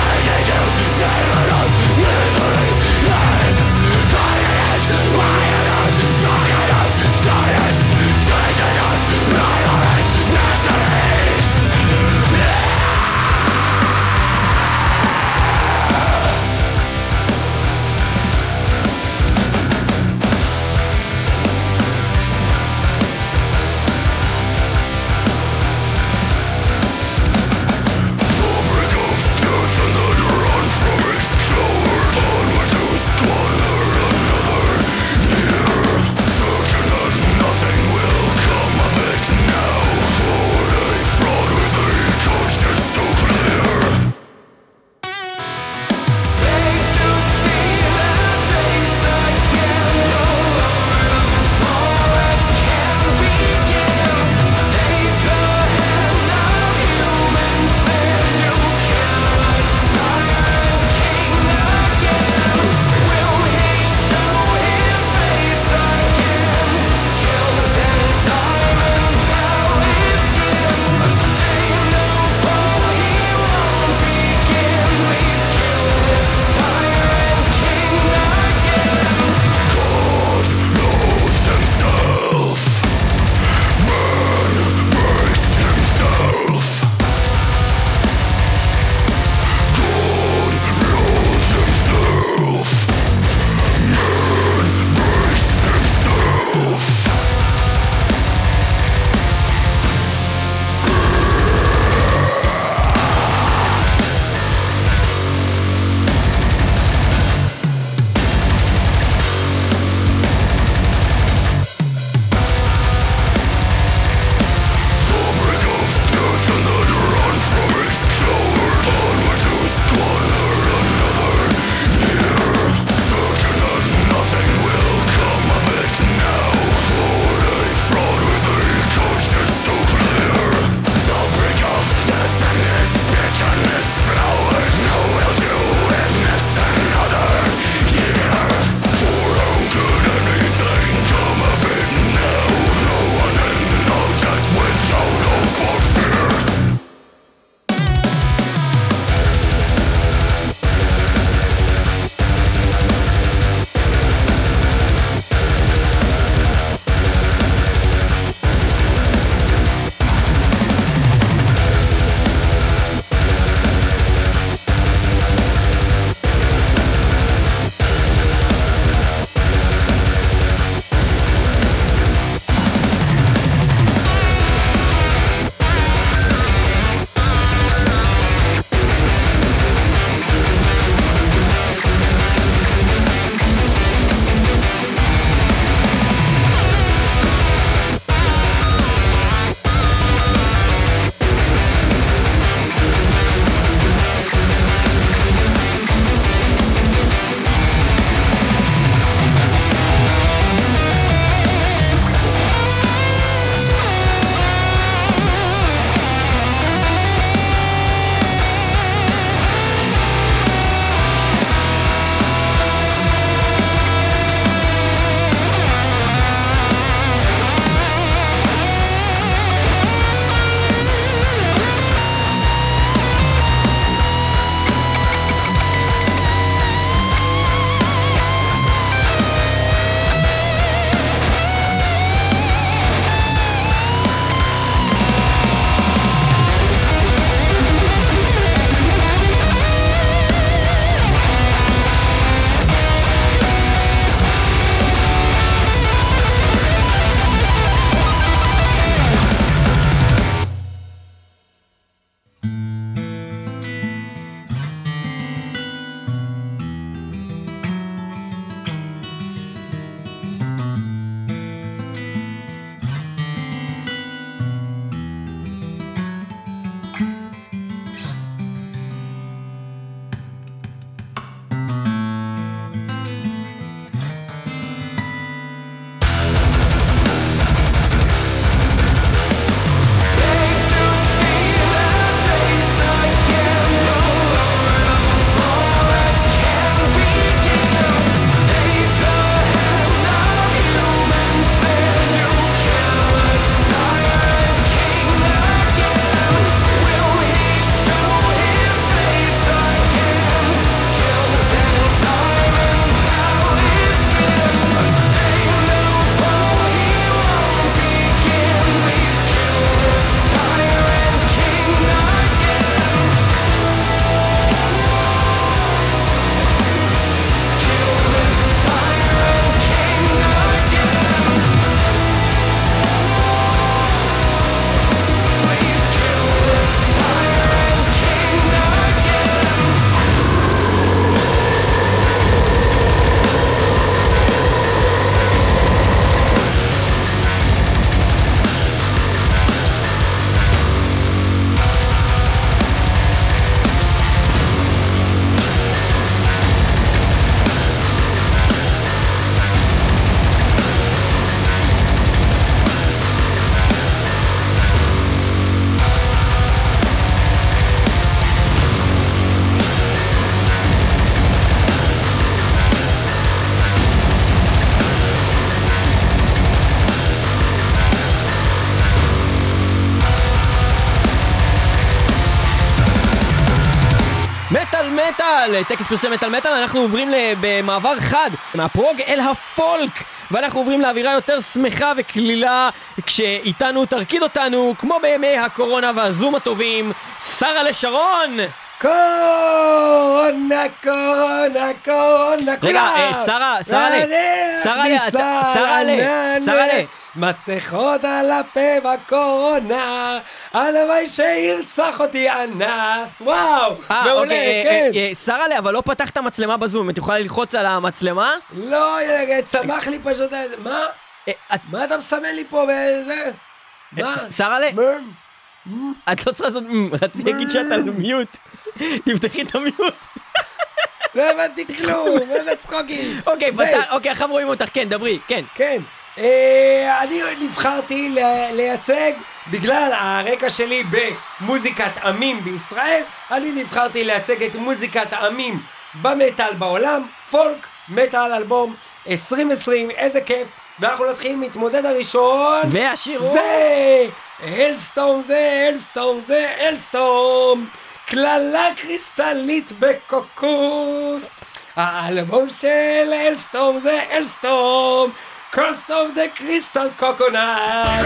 מטל, טקס פרסי מטל מטל, אנחנו עוברים במעבר חד מהפרוג אל הפולק, ואנחנו עוברים לאווירה יותר שמחה וכלילה, כשאיתנו תרקיד אותנו, כמו בימי הקורונה והזום הטובים, שרה לשרון! קורונה, קורונה, קורונה, רגע, שרה, שרה ל... שרה ל... שרה ל... שרה ל... מסכות על הפה בקורונה, הלוואי שירצח אותי אנס, וואו, מעולה, כן. שרה ל... אבל לא פתח את המצלמה בזום, את יכולה ללחוץ על המצלמה? לא, צמח לי פשוט... מה? מה אתה מסמן לי פה באיזה? מה? שרה ל... את לא צריכה לעשות... רציתי להגיד שאת על מיוט. תפתחי את המיוט. לא הבנתי כלום, איזה צחוקים. אוקיי, אוקיי, עכשיו רואים אותך, כן, דברי, כן. כן, אני נבחרתי לייצג, בגלל הרקע שלי במוזיקת עמים בישראל, אני נבחרתי לייצג את מוזיקת העמים במטל בעולם, פולק, מטל אלבום עשרים עשרים, איזה כיף. ואנחנו נתחיל מתמודד הראשון. והשיר הוא... זה הלסטורם, זה הלסטורם, זה הלסטורם, כללה קריסטלית בקוקוס. האלבום של הלסטורם זה הלסטורם, Curse of the Crystal Coconut.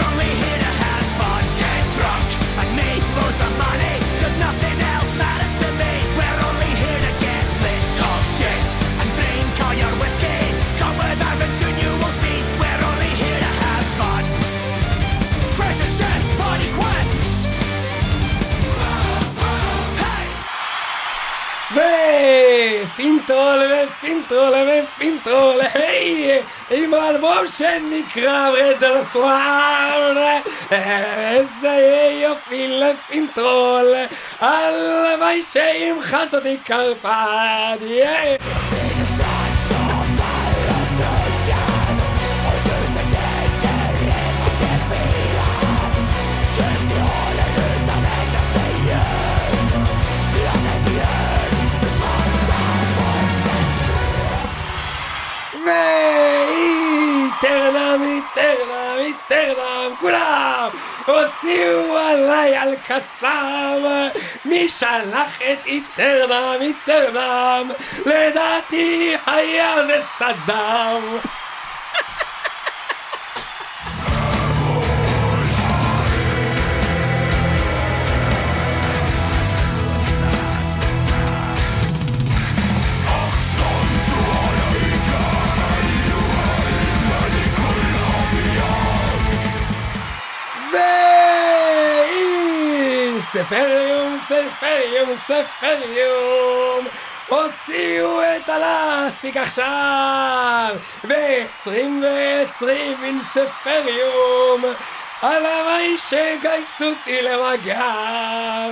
ופינטרול ופינטרול ופינטרול, היי, עם האלבום שנקרא רדל סוואן, איזה יופי לפינטרול, הלוואי שימחץ אותי קרפד, יאי. איתרנם, איתרנם, איתרנם, כולם הוציאו עליי על קסם, מי שלח את איתרנם, איתרנם, לדעתי היה זה סדאם. ספריום, ספריום, ספריום, הוציאו את הלאסיק עכשיו, ב-עשרים ועשרים עם ספריום, הלוואי שגייסו אותי למגר.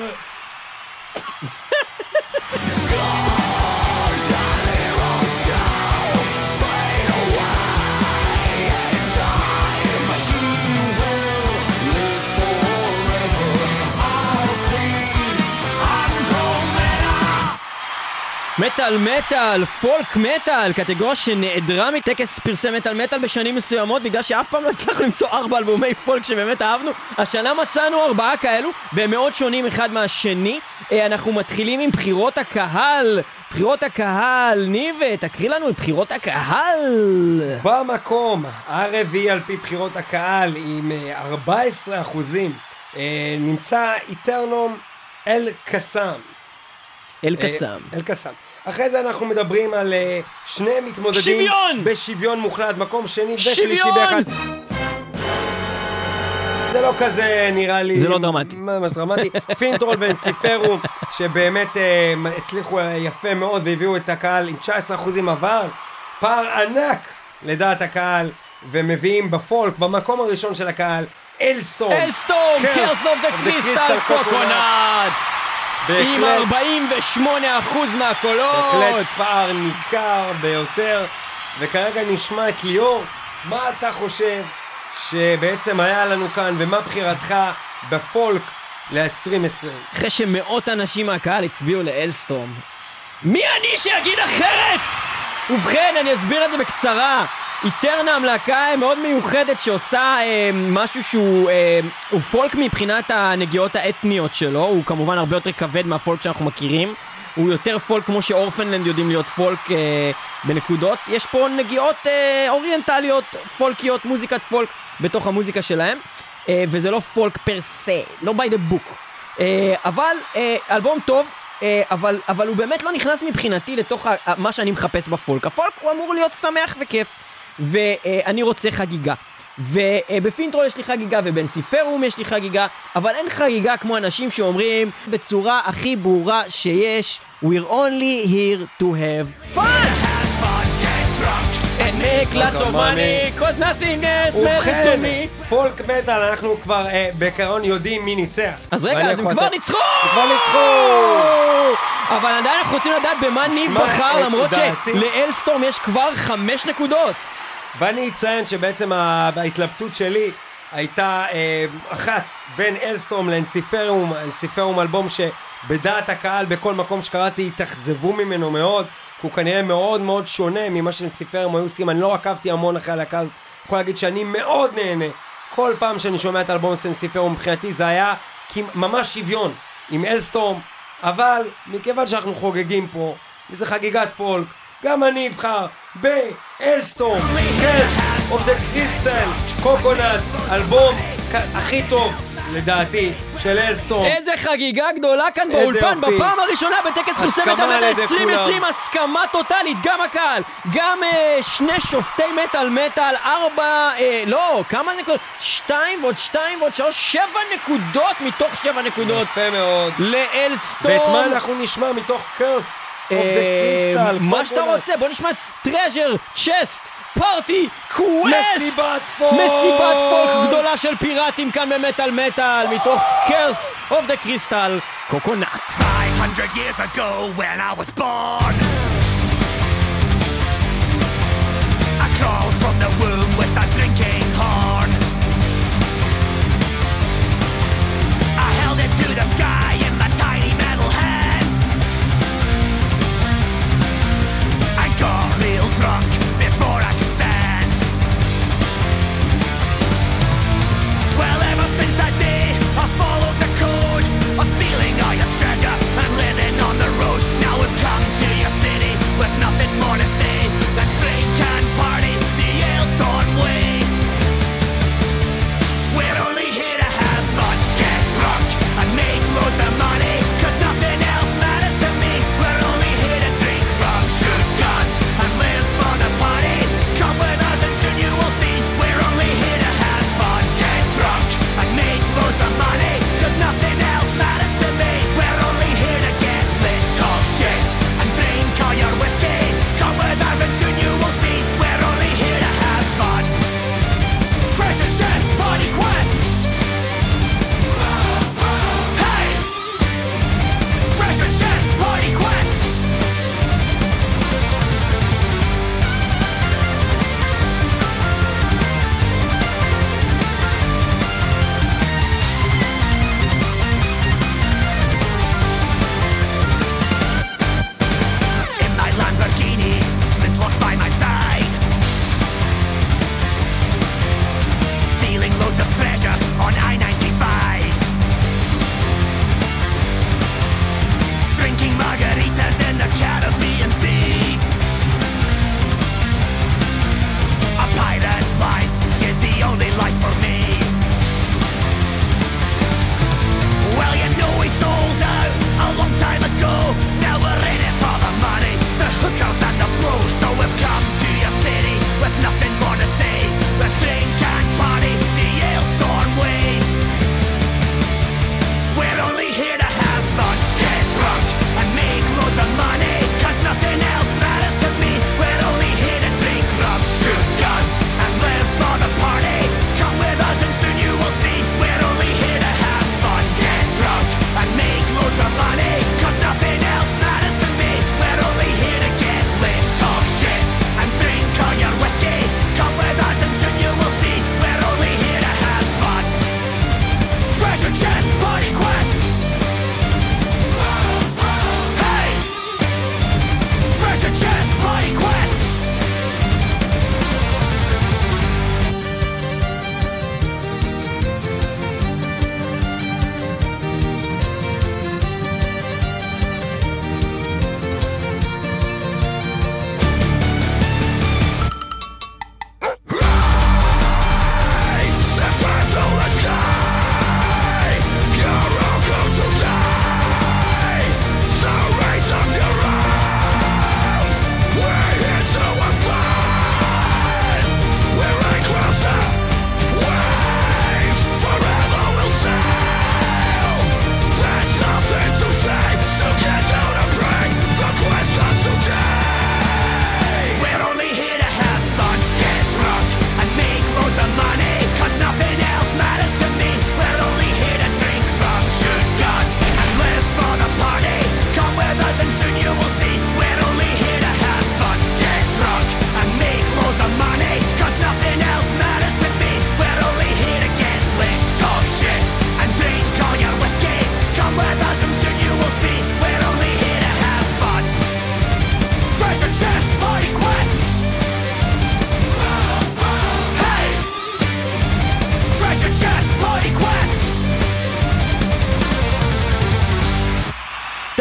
מטל מטל, פולק מטל, קטגוריה שנעדרה מטקס פרסי מטל מטל בשנים מסוימות, בגלל שאף פעם לא הצלחנו למצוא ארבע אלבומי פולק שבאמת אהבנו. השנה מצאנו ארבעה כאלו, והם מאוד שונים אחד מהשני. אנחנו מתחילים עם בחירות הקהל. בחירות הקהל, ניב, תקריא לנו את בחירות הקהל. במקום הרביעי על פי בחירות הקהל עם ארבעה עשר אחוזים נמצא איתרנום אל קסם. אל קסם. אל קסם. אחרי זה אנחנו מדברים על שני מתמודדים. שוויון! בשוויון מוחלט, מקום שני ושלישי באחד. זה לא כזה נראה לי... זה לא דרמטי. ממש דרמטי. פינטרול וסיפרו, שבאמת הצליחו יפה מאוד והביאו את הקהל עם תשעה עשר אחוזים, אבל פער ענק לדעת הקהל, ומביאים בפולק, במקום הראשון של הקהל, אלסטורם. אלסטורם, Curse of the Crystal Coconut. עם ארבעים ושמונה אחוז מהקולות. בהחלט פער ניכר ביותר. וכרגע נשמע את ליאור, מה אתה חושב שבעצם היה לנו כאן, ומה בחירתך בפולק ל-עשרים עשרים? אחרי שמאות אנשים מהקהל הצביעו לאלסטורם, מי אני שיגיד אחרת? ובכן, אני אסביר את זה בקצרה. איתרנם להקה מאוד מיוחדת שעושה אה, משהו שהוא אה, הוא פולק מבחינת הנגיעות האתניות שלו, הוא כמובן הרבה יותר כבד מהפולק שאנחנו מכירים, הוא יותר פולק כמו שאורפנלנד יודעים להיות פולק אה, בנקודות. יש פה נגיעות אה, אוריינטליות, פולקיות, מוזיקת פולק בתוך המוזיקה שלהם, אה, וזה לא פולק פר סה, לא by the book. אה, אבל אה, אלבום טוב, אה, אבל, אבל הוא באמת לא נכנס מבחינתי לתוך ה- מה שאני מחפש בפולק. הפולק הוא אמור להיות שמח וכיף, ואני רוצה חגיגה. ובפינטרול יש לי חגיגה, ובנסיפרום יש לי חגיגה, אבל אין חגיגה כמו אנשים שאומרים בצורה הכי ברורה שיש, we're only here to have fun! And make lots of money, cause nothing else matters to me. פולק מטל, אנחנו כבר אה, בעיקרון יודעים מי ניצח. אז רגע, אז הם כבר ניצחו! כבר ניצחו! אבל עדיין אנחנו רוצים לדעת במה ניב שמע, בחר, את למרות דעתי- שלאלסטורם יש כבר חמש נקודות. ואני אציין שבעצם ההתלבטות שלי הייתה אה, אחת בין אלסטורם לאנסיפרום, אנסיפרום אלבום שבדעת הקהל בכל מקום שקראתי התאכזבו ממנו מאוד, הוא כנראה מאוד מאוד שונה ממה שאנסיפרום היו עושים. אני לא עקבתי המון אחרי הלהקה הזאת, אני יכול להגיד שאני מאוד נהנה כל פעם שאני שומע את האלבום של אנסיפרום. מבחינתי זה היה ממש שוויון עם אלסטורם, אבל מכיוון שאנחנו חוגגים פה וזה חגיגת פולק, גם אני אבחר באלסטורם, Curse of the Crystal Coconut, אלבום הכי טוב לדעתי של אלסטורם. איזה חגיגה גדולה כאן איזה באולפן, יופי. בפעם הראשונה בטקס פרסי הסכמה מטל על מטל ידי עשרים עשרים, כולם. הסכמה טוטלית, גם הקהל, גם אה, שני שופטי מטל מטל, ארבע, אה, לא, כמה נקודות? שתיים ועוד שתיים ועוד שלוש, שבע נקודות מתוך שבע נקודות יפה מאוד. לאלסטורם. ואת מה אנחנו נשמע מתוך Curse of the אה, Crystal מה שאתה Coconut? רוצה, בוא נשמע טרז'ר, צ'סט, פארטי, קווסט, מסיבת פולק! מסיבת פולק גדולה של פיראטים כאן במטל מטל, מתוך Curse of the Crystal Coconut. five hundred years ago when I was born, I crawled from the womb with a drinking horn. I held it to the sky in my tiny metal hand. I got real drunk before I could stand. Well, ever since that day, I followed the code of stealing all your treasure and living on the road. Now we've come to your city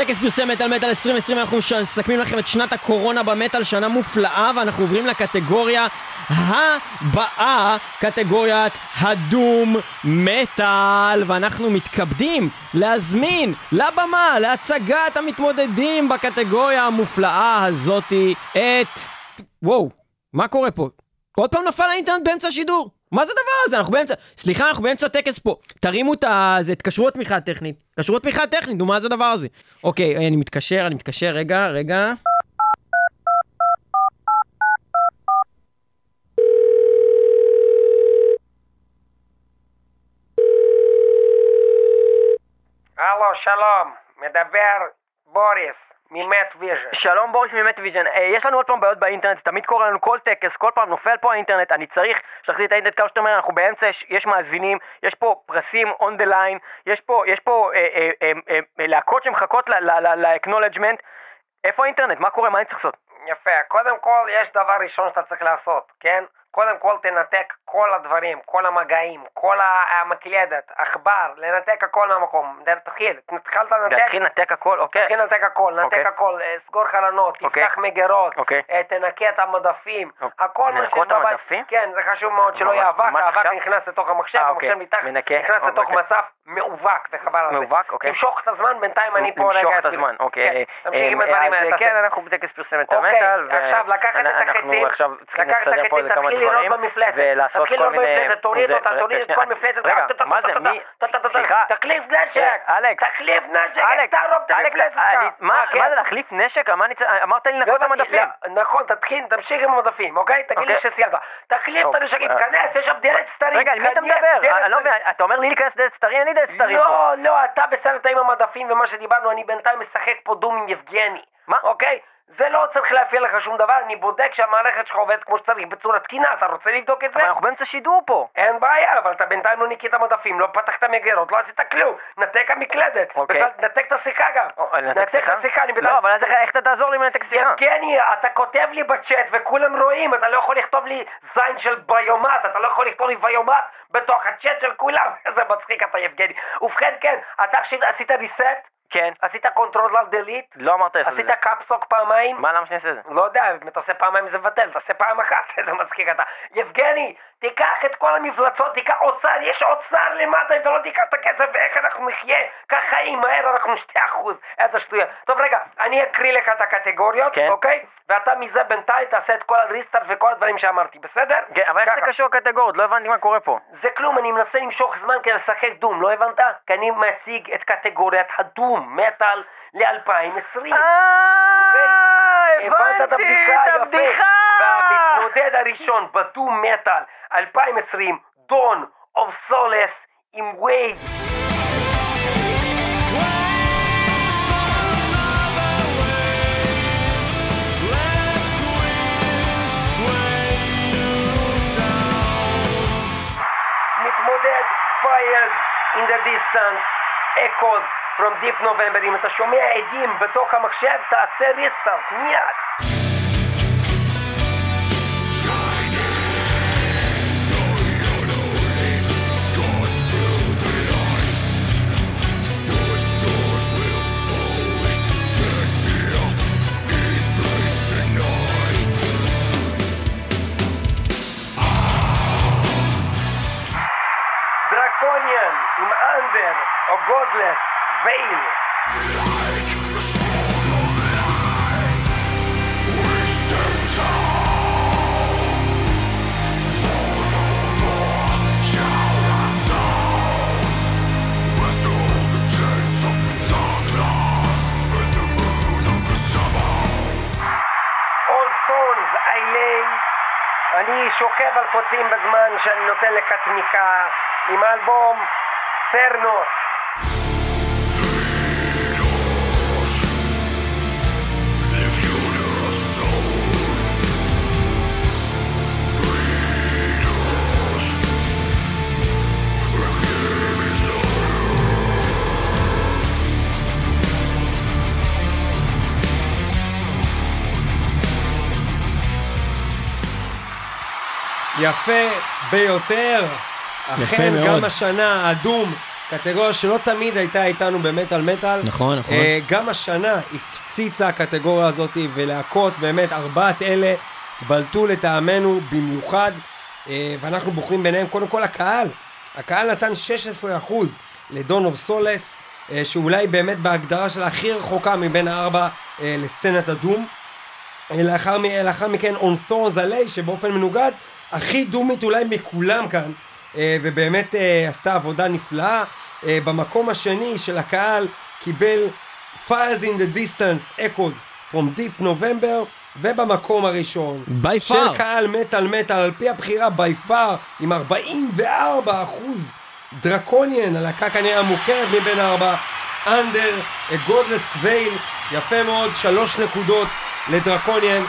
טקס פרסי מטל מטל עשרים עשרים, אנחנו מסכמים לכם את שנת הקורונה במטל, שנה מופלאה, ואנחנו עוברים לקטגוריה הבאה, קטגוריית הדום מטל, ואנחנו מתכבדים להזמין לבמה, להצגת המתמודדים בקטגוריה המופלאה הזאתי את... וואו, מה קורה פה? עוד פעם נפל האינטרנט באמצע השידור? מה זה הדבר הזה? אנחנו באמצע... סליחה, אנחנו באמצע טקס פה. תרימו את ה... זה, תקשרו תמיכה טכנית. תקשרו תמיכה טכנית, נו, מה זה הדבר הזה? אוקיי, אני מתקשר, אני מתקשר, רגע, רגע. הלו, שלום, מדבר בוריס ממט ויז'ן. שלום בוריס ממט ויז'ן, יש לנו עוד פעם בעיות באינטרנט, תמיד קורה לנו כל טקס, כל פעם נופל פה האינטרנט, אני צריך שתחזיר את האינטרנט כמה שאתה אומר, אנחנו באמצע, יש, יש מאזינים, יש פה פרסים on the line, יש פה, יש פה אה, אה, אה, אה, אה, להקות שמחכות ל-acknowledgement, איפה האינטרנט? מה קורה? מה אני צריך לעשות? יפה, קודם כל יש דבר ראשון שאתה צריך לעשות, כן? קודם כל תנתק כל הדברים, כל המגעים, כל המקלדת, עכבר, לנתק הכל מהמקום. תתחיל, התחלת לנתק? תתחיל לנתק הכל, אוקיי. תתחיל לנתק הכל, נתק הכל, סגור חלונות, תפתח מגירות, תנקה את המדפים, הכל מה שיש בבית. כן, זה חשוב מאוד שלא יהיה אבק, האבק נכנס לתוך המחשב, המחשב מתחת, נכנס לתוך מסף מאובק, וחבל על זה. מאובק, אוקיי. תמשוך את הזמן, בינתיים אני פה רגע. תמשוך את הזמן, אוקיי. תמשיך עם הדברים האלה. כן, אנחנו בטקס פרסי מטל מטל, עכשיו לקחת את החצים, לקחת את החצים, תתחיל לראות במפלצת, ולעשות כל מיני... תוריד אותה, תוריד את כל מפלצת. רגע, מה זה? מי? סליחה. תחליף נשק! אלכס. תחליף נשק! תערוב את המפלצת! מה זה להחליף נשק? אמרת לי לנקות את המדפים. נכון, תתחיל, תמשיך עם המדפים, אוקיי? תגיד לי שסיימת. תחליף את הנשקים, כנס, יש שם דלת סתרים. רגע, על מי אתה מדבר? אתה אומר לי להיכנס דלת סתרים? אין לי דלת סתרים פה. לא, לא, אתה בסרט עם המדפים ומה שדיברנו, אני בינתיים משחק פה דום עם יבגני. מה? אוקיי? זה לא צריך להפעיל לך שום דבר, אני בודק שהמערכת שלך עובדת כמו שצריך בצורה תקינה, אתה רוצה לבדוק את זה? אבל אנחנו באמצע שידור פה. אין בעיה, אבל אתה בינתיים לא ניקית המדפים, לא פתחת מגירות, לא עשית כלום, נתק המקלדת, נתק את השיחה גם. נתק את השיחה, אני בינתיים... לא, אבל איך אתה תעזור לי מנתק שיחה? יבגני, אתה כותב לי בצ'אט וכולם רואים, אתה לא יכול לכתוב לי זין של ביומט, אתה לא יכול לכתוב לי ביומט בתוך הצ'אט של כולם. איזה מצחיק אתה יבגני. ובכן כן, אתה עשית ריסט? כן. עשית קונטרול על דליט? לא אמרת איך זה. עשית קאפסוק פעמיים? מה, למה שאני אעשה את זה? לא יודע, אם אתה עושה פעמיים זה מבטל, תעשה פעם אחת, זה מצחיק אתה. יבגני, תיקח את כל המפלצות, תיקח אוצר, יש אוצר למטה, אתה לא תיקח את הכסף, ואיך אנחנו נחיה? כך חיים, מהר אנחנו שתי אחוז, איזה שטויה. טוב רגע, אני אקריא לך את הקטגוריות, כן. אוקיי? ואתה מזה בינתיים תעשה את כל הריסטארט וכל הדברים שאמרתי, בסדר? כן, אבל איך זה קשור הקטגוריות? לא הבנתי מה קורה פה. זה כלום, אני מנסה למשוך זמן כדי לשחק דום, לא הבנת? כי אני מציג את קטגוריית הדום, מטל ל-אלפיים עשרים. אה, הבנת את הבדיחה, את הבדיחה. והמתמודד הראשון בדום מטל אלפיים עשרים, דון אוף סולס עם וייב. מתמודד Fires in the distance, Echoes from deep November. אם אתה שומע עדים בתוך המחשב, תעשה ריסטארט מיד. דרקוניאן עם אנדר או גודלס וייל. All Thorns I lay. אני שוכב על קוצים בזמן שאני נותן לך תמיכה עם האלבום פרנוס. יפה ביותר. אכן גם השנה הדום קטגוריה שלא תמיד הייתה איתנו במטל מטל. נכון, נכון. גם השנה הפציצה הקטגוריה הזאת, ולהקות באמת ארבעת אלה בלטו לטעמנו במיוחד, ואנחנו בוחרים ביניהם קודם כל הקהל. הקהל נתן שש עשרה אחוז לדון אוף סולס, שאולי באמת בהגדרה שלה הכי רחוקה מבין הארבע לסצנת הדום. לאחר, לאחר מכן On Thorns Alley, שבאופן מנוגד הכי דומית אולי מכולם כאן, ובאמת עשתה עבודה נפלאה. במקום השני של הקהל קיבל Fires in the Distance Echoes from Deep November, ובמקום הראשון by של far. קהל מטל מטל על פי הבחירה by far עם ארבעים וארבע אחוז דרקוניאן, הלהקה כנראה המוכרת מבין הארבע, Under a Godless Veil. יפה מאוד, שלוש נקודות לדרקוניאן.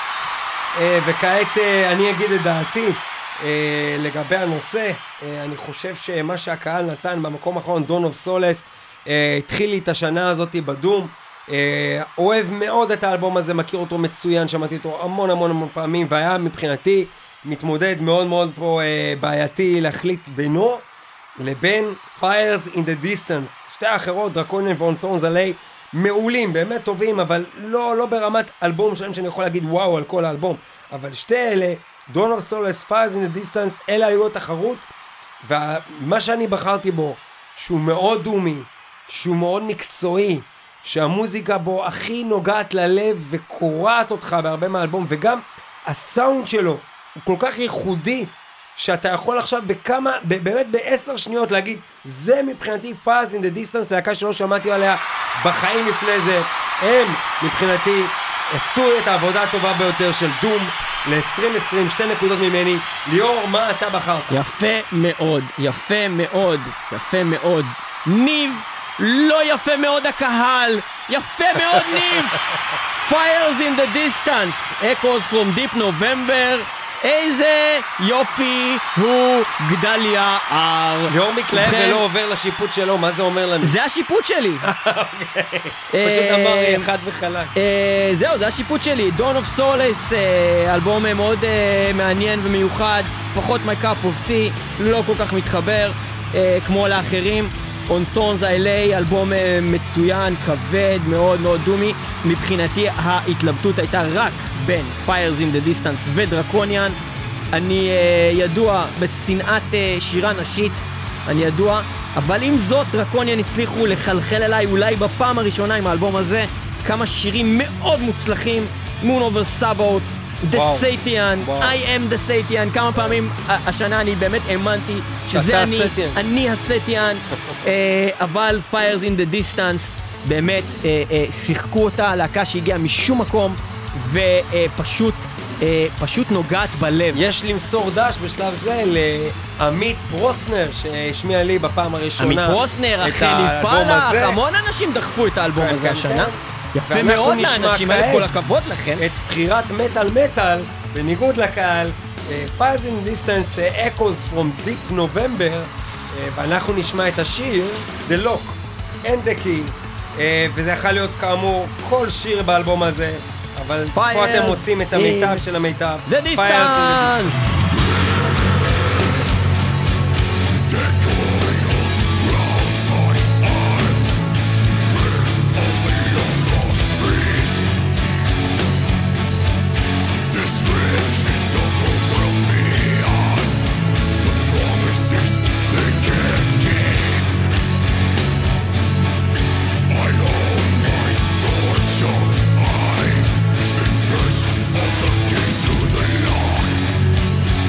וכעת אני אגיד את דעתי לגבי הנושא. אני חושב שמה שהקהל נתן במקום האחרון, דון אוף סולס, התחיל לי את השנה הזאת בדום. אוהב מאוד את האלבום הזה, מכיר אותו מצוין, שמעתי אותו המון המון המון פעמים, והיה מבחינתי מתמודד מאוד מאוד פה בעייתי להחליט בינו לבין Fires in the Distance. שתי האחרות, דרקוניאן ו-On Thorns Alley, מעולים, באמת טובים, אבל לא, לא ברמת אלבום שלהם שאני יכול להגיד וואו על כל האלבום. אבל שתי אלה, Dawn of Solace, Fires in the Distance, אלה היו התחרות, ומה שאני בחרתי בו, שהוא מאוד דומי, שהוא מאוד מקצועי, שהמוזיקה בו הכי נוגעת ללב וקורעת אותך בהרבה מהאלבום, וגם הסאונד שלו הוא כל כך ייחודי, שאתה יכול עכשיו בכמה, באמת בעשר שניות להגיד, זה מבחינתי Fires in the Distance, להקה שלא שמעתי עליה בחיים לפני זה. הם מבחינתי עשו את העבודה הטובה ביותר של דום ל-עשרים עשרים, שתי נקודות ממני. ליאור, מה אתה בחרת? יפה מאוד, יפה מאוד, יפה מאוד. ניב, לא יפה מאוד הקהל, יפה מאוד ניב. Fires in the Distance, Echoes from Deep November. איזה יופי הוא גדליה אר. ליאור מתלהב ולא עובר לשיפוט שלו, מה זה אומר לנו? זה השיפוט שלי. פשוט אמר לי אחד וחלק. זהו, זה השיפוט שלי. Dawn of Solace, אלבום מאוד מעניין ומיוחד, פחות my cup of tea, לא כל כך מתחבר כמו לאחרים. On Thorns Alley, אלבום מצוין, כבד, מאוד מאוד דומי. מבחינתי ההתלבטות הייתה רק בין Fires in the Distance ודרקוניאן. אני uh, ידוע בשנאת uh, שירה נשית, אני ידוע, אבל עם זאת דרקוניאן הצליחו לחלחל אליי אולי בפעם הראשונה עם האלבום הזה כמה שירים מאוד מוצלחים. Moon Over Sabbath, The Satian, I am The Satian. כמה פעמים השנה אני באמת האמנתי שזה אני, אני הסטיאן. אבל Fires in the Distance באמת שיחקו אותה, להקה שהגיעה משום מקום ופשוט פשוט נוגעת בלב. יש למסור דש בשלב זה לעמית פרוסנר שהשמיע לי בפעם הראשונה עמית פרוסנר, החליפה לך, המון אנשים דחפו את האלבום הזה השנה. יפה מאוד לאנשים האלה, כל הכבוד לכם. את בחירת מטל מטל, בניגוד לקהל, Fires in Distance, Echoes from Deep November, ואנחנו נשמע את השיר The Lock and the Key, וזה יכול להיות כאמור כל שיר באלבום הזה, אבל פה אתם מוצאים את המיטב של המיטב. The Distance! Search of the key to the lock.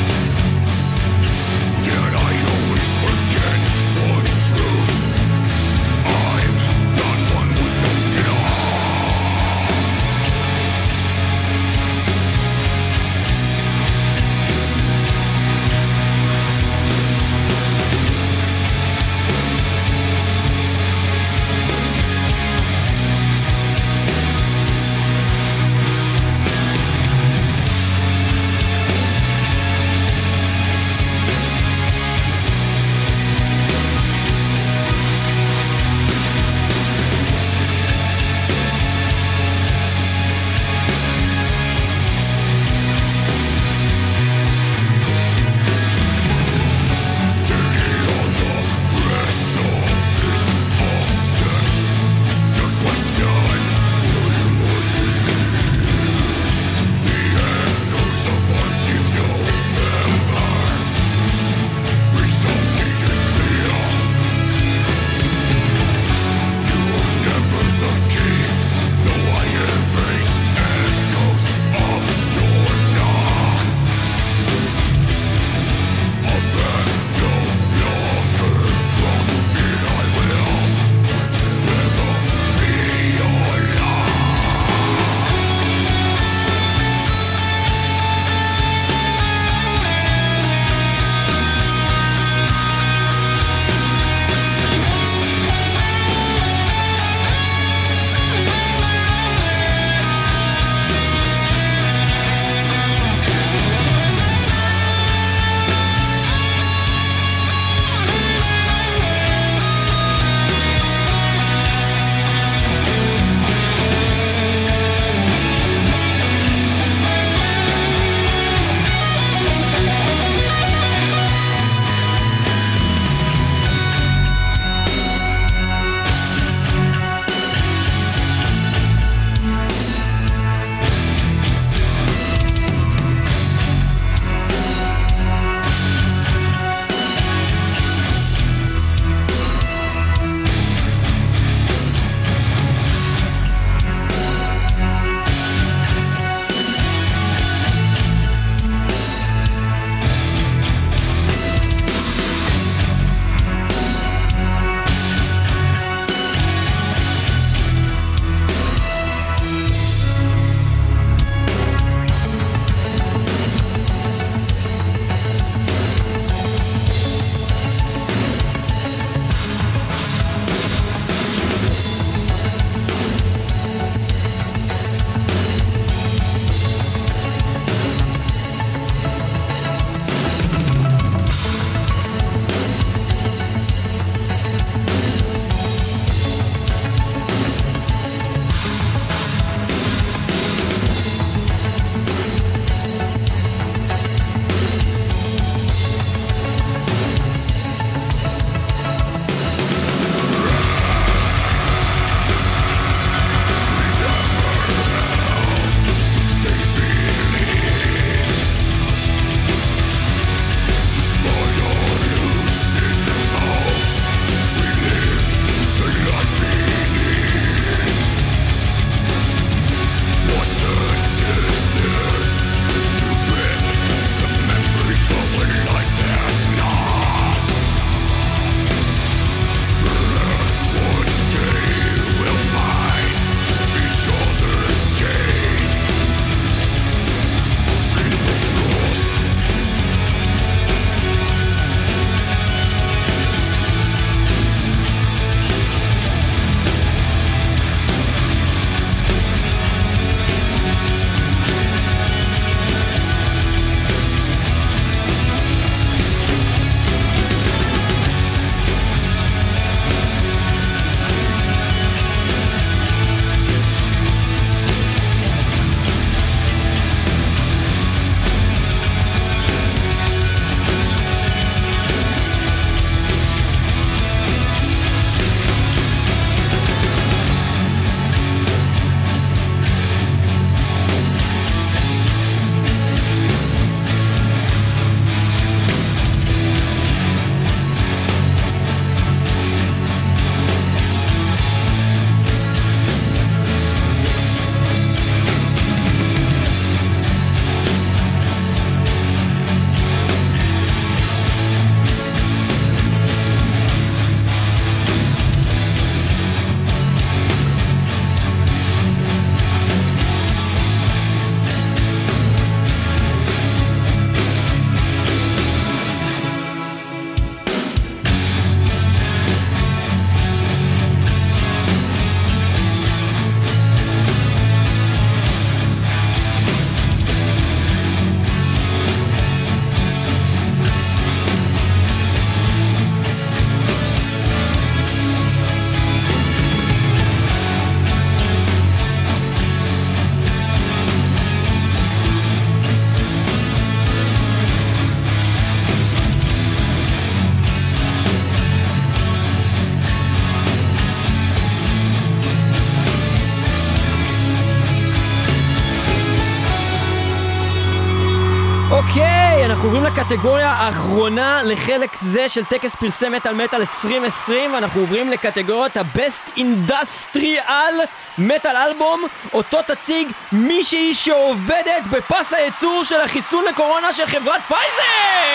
אוקיי, אנחנו עוברים לקטגוריה האחרונה לחלק זה של טקס פרסי מטל מטל עשרים עשרים, ואנחנו עוברים לקטגוריות ה-Best Industrial מטל אלבום. אותו תציג מישהי שעובדת בפס הייצור של החיסון לקורונה של חברת פייזר.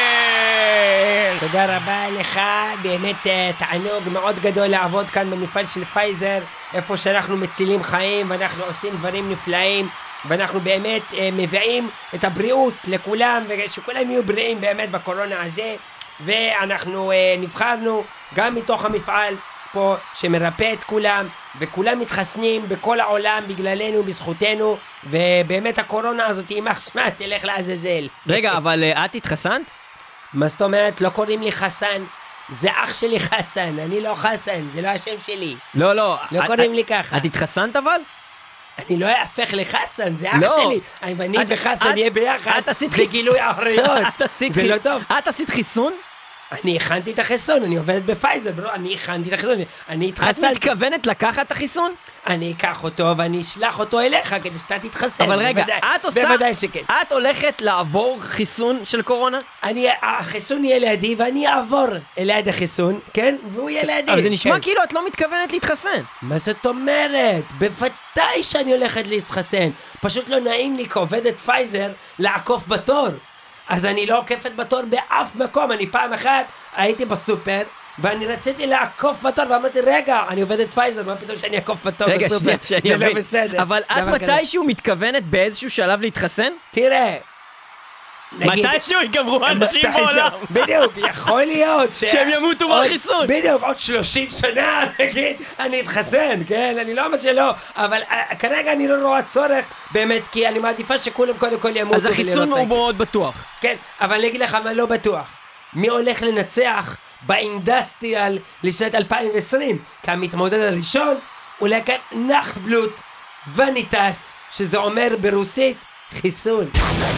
תודה רבה לך, באמת תענוג מאוד גדול לעבוד כאן במפעל של פייזר, איפה שאנחנו מצילים חיים ואנחנו עושים דברים נפלאים, ואנחנו באמת אה, מביאים את הבריאות לכולם, ושכולם יהיו בריאים באמת בקורונה הזה. ואנחנו אה, נבחרנו גם מתוך המפעל פה שמרפא את כולם, וכולם מתחסנים בכל העולם בגללנו, בזכותנו, ובאמת הקורונה הזאת היא מחשמה, תלך לעזאזל. רגע, אבל אה, את התחסנת? מה זאת אומרת? לא קוראים לי חסן, זה אח שלי חסן, אני לא חסן, זה לא השם שלי. לא, לא. לא את, קוראים את, לי ככה. את התחסנת אבל? אני לא אהפך לחסן, זה אח לא. שלי. אם אני את- וחסן את- נהיה ביחד, את עשית זה חיס- גילוי עריות. את עשית זה חי- לא טוב. את עשית חיסון? אני הכנתי את החיסון, אני עובדת בפייזר, ברו, אני הכנתי את החיסון, אני את התחסנתי. מתכוונת לקחת את החיסון? אני אקח אותו ואני אשלח אותו אליך כדי שאתה תתחסן. אבל רגע, בוודאי, את עושה... בוודאי שכן. את הולכת לעבור חיסון של קורונה? אני, החיסון יהיה לידי ואני אעבור ליד החיסון, כן? והוא יהיה לידי. אבל זה נשמע כן. כאילו את לא מתכוונת להתחסן. מה זאת אומרת? בוודאי שאני הולכת להתחסן. פשוט לא נעים לי כעובדת פייזר לעקוף בתור. אז אני לא עוקפת בתור באף מקום. אני פעם אחת הייתי בסופר ואני רציתי לעקוף בתור ואמרתי רגע, אני עובדת פייזר, מה פתאום שאני אעקוף בתור רגע, בסופר? שנייה, שאני זה לא אבין. בסדר. אבל את דבר כזה. מתישהו מתכוונת באיזשהו שלב להתחסן? תראה. נגיד- מתישהו ייגמרו האנשים מתישהו- בעולם. בדיוק, יכול להיות ש... שהם ימותו עוד- מהחיסון. בדיוק, עוד שלושים שנה, נגיד, אני אתחסן, כן? אני לא אומר שלא, אבל uh, כרגע אני לא רואה צורך, באמת, כי אני מעדיפה שכולם קודם כל ימותו. אז החיסון ולראות מה הוא יקרה. מאוד בטוח. כן, אבל אני אגיד לך מה לא בטוח. מי הולך לנצח באינדסטריאל לשנת אלפיים ועשרים? כי המתמודד הראשון הוא להקת נחבלוט וניטס, שזה אומר ברוסית חיסון.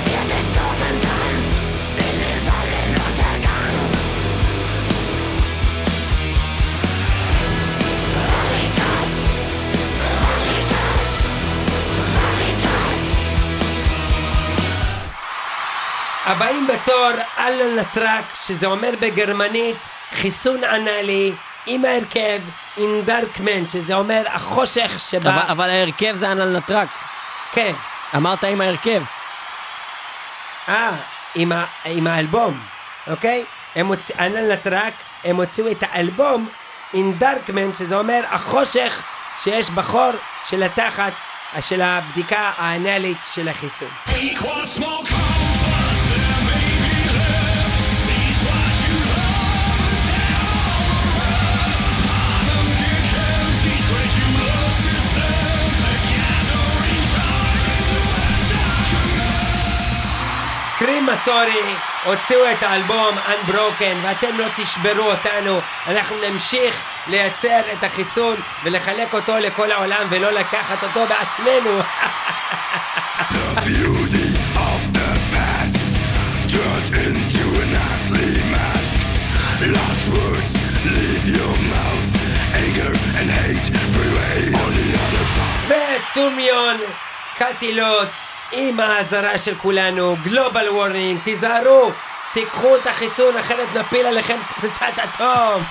הבאים בתור אלן לטרק, שזה אומר בגרמנית חיסון אנלי עם ההרכב עם דארקמן, שזה אומר החושך שבא. אבל, אבל ההרכב זה אנל נטרק. כן. אמרת עם ההרכב. אה, עם, ה- עם האלבום, אוקיי? הם הוציא, אלן לטרק, הם הוציאו את האלבום עם דארקמן, שזה אומר החושך שיש בחור של התחת של הבדיקה האנלית של החיסון. קרימטורי הוציאו את האלבום Unbroken, ואתם לא תשברו אותנו. אנחנו נמשיך לייצר את החיסון ולחלק אותו לכל העולם ולא לקחת אותו בעצמנו. Beauty of the past turned into an ugly mask. Last words leave your mouth. Anger and hate prevail on the other side. וטומיון קטילות עם ההזרה של כולנו, גלובל וורנינג, תיזהרו, תיקחו את החיסון אחרת נפיל עליכם פצצת אטום.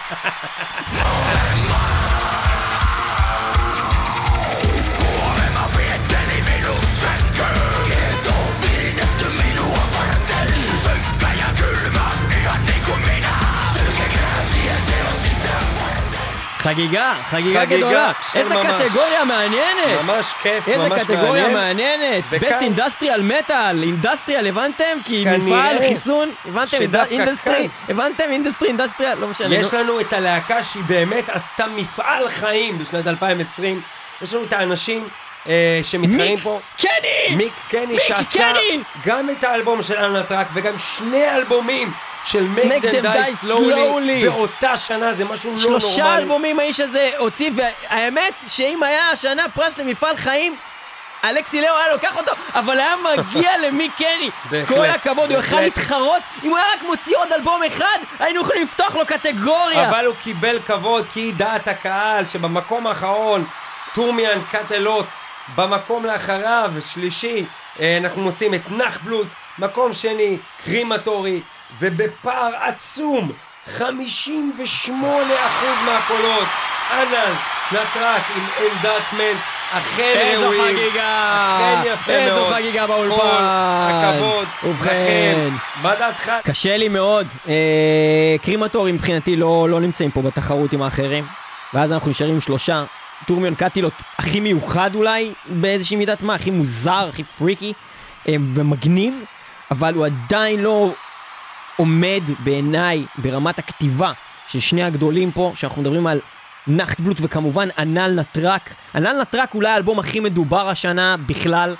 חגיגה, חגיגה חגיגה גדולה. של איזה ממש. קטגוריה מעניינת. ממש כיף, איזה ממש קטגוריה מעניין. מעניינת. וכאן- Best Industrial Metal, אינדסטריאל, הבנתם? כי כנראה מפעל חיסון, הבנתם? שדווקא אינדסטרי, כאן- הבנתם? אינדסטרי, אינדסטריאל, לא משנה. יש נו. לנו את הלהקה שהיא באמת עשתה מפעל חיים בשנת אלפיים ועשרים. יש לנו את האנשים אה, שמתחרים מיק פה. קני! מיק קני מיק שעשה קני! גם את האלבום של אלן לטרק וגם שני אלבומים של Make Make Them Them Die Die Slowly Slowly. באותה שנה, זה משהו לא שלושה נורמלי. אלבומים האיש הזה הוציא, והאמת שאם היה השנה פרס למפעל חיים, אלכסי לאו היה לוקח אותו, אבל היה מגיע למיק קני. בהחלט, כל הכבוד, הוא יכל בהחלט. להתחרות. אם הוא היה רק מוציא עוד אלבום אחד, היינו יכולים לפתוח לו קטגוריה. אבל הוא קיבל כבוד כי דעת הקהל שבמקום האחרון טורמיאן קטלות, במקום לאחריו שלישי אה, אנחנו מוצאים את נחבלוט, מקום שני, קרימטורי, ובפער עצום, חמישים ושמונה אחוז מהקולות, אנן נטרק עם אינדקמנט, אכן איזו ראויים, חגיגה, אכן יפה איזו מאוד, חגיגה באולפן. כל הכבוד ובכן. לכם, מה דעתך? קשה לי מאוד, אה, קרימטורי מבחינתי לא, לא נמצאים פה בתחרות עם האחרים, ואז אנחנו נשארים עם שלושה, טורמיון קטילוט הכי מיוחד אולי, באיזושהי מידת מה, הכי מוזר, הכי פריקי, אה, ומגניב, אבל הוא עדיין לא עומד בעיניי ברמת הכתיבה של שני הגדולים פה, שאנחנו מדברים על נחטבלוט וכמובן אנל נטרק. אנל נטרק אולי האלבום הכי מדובר השנה בכלל.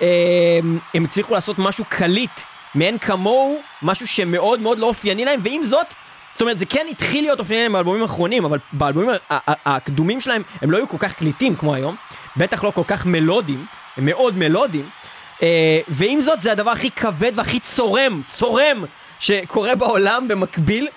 הם הצליחו לעשות משהו קליט מעין כמוהו, משהו שמאוד מאוד לא אופייני להם, ועם זאת, זאת אומרת, זה כן התחיל להיות אופייני להם באלבומים האחרונים, אבל באלבומים הקדומים שלהם הם לא היו כל כך קליטים כמו היום, בטח לא כל כך מלודים, הם מאוד מלודים, ועם זאת זה הדבר הכי כבד והכי צורם, צורם, שקורה בעולם במקביל.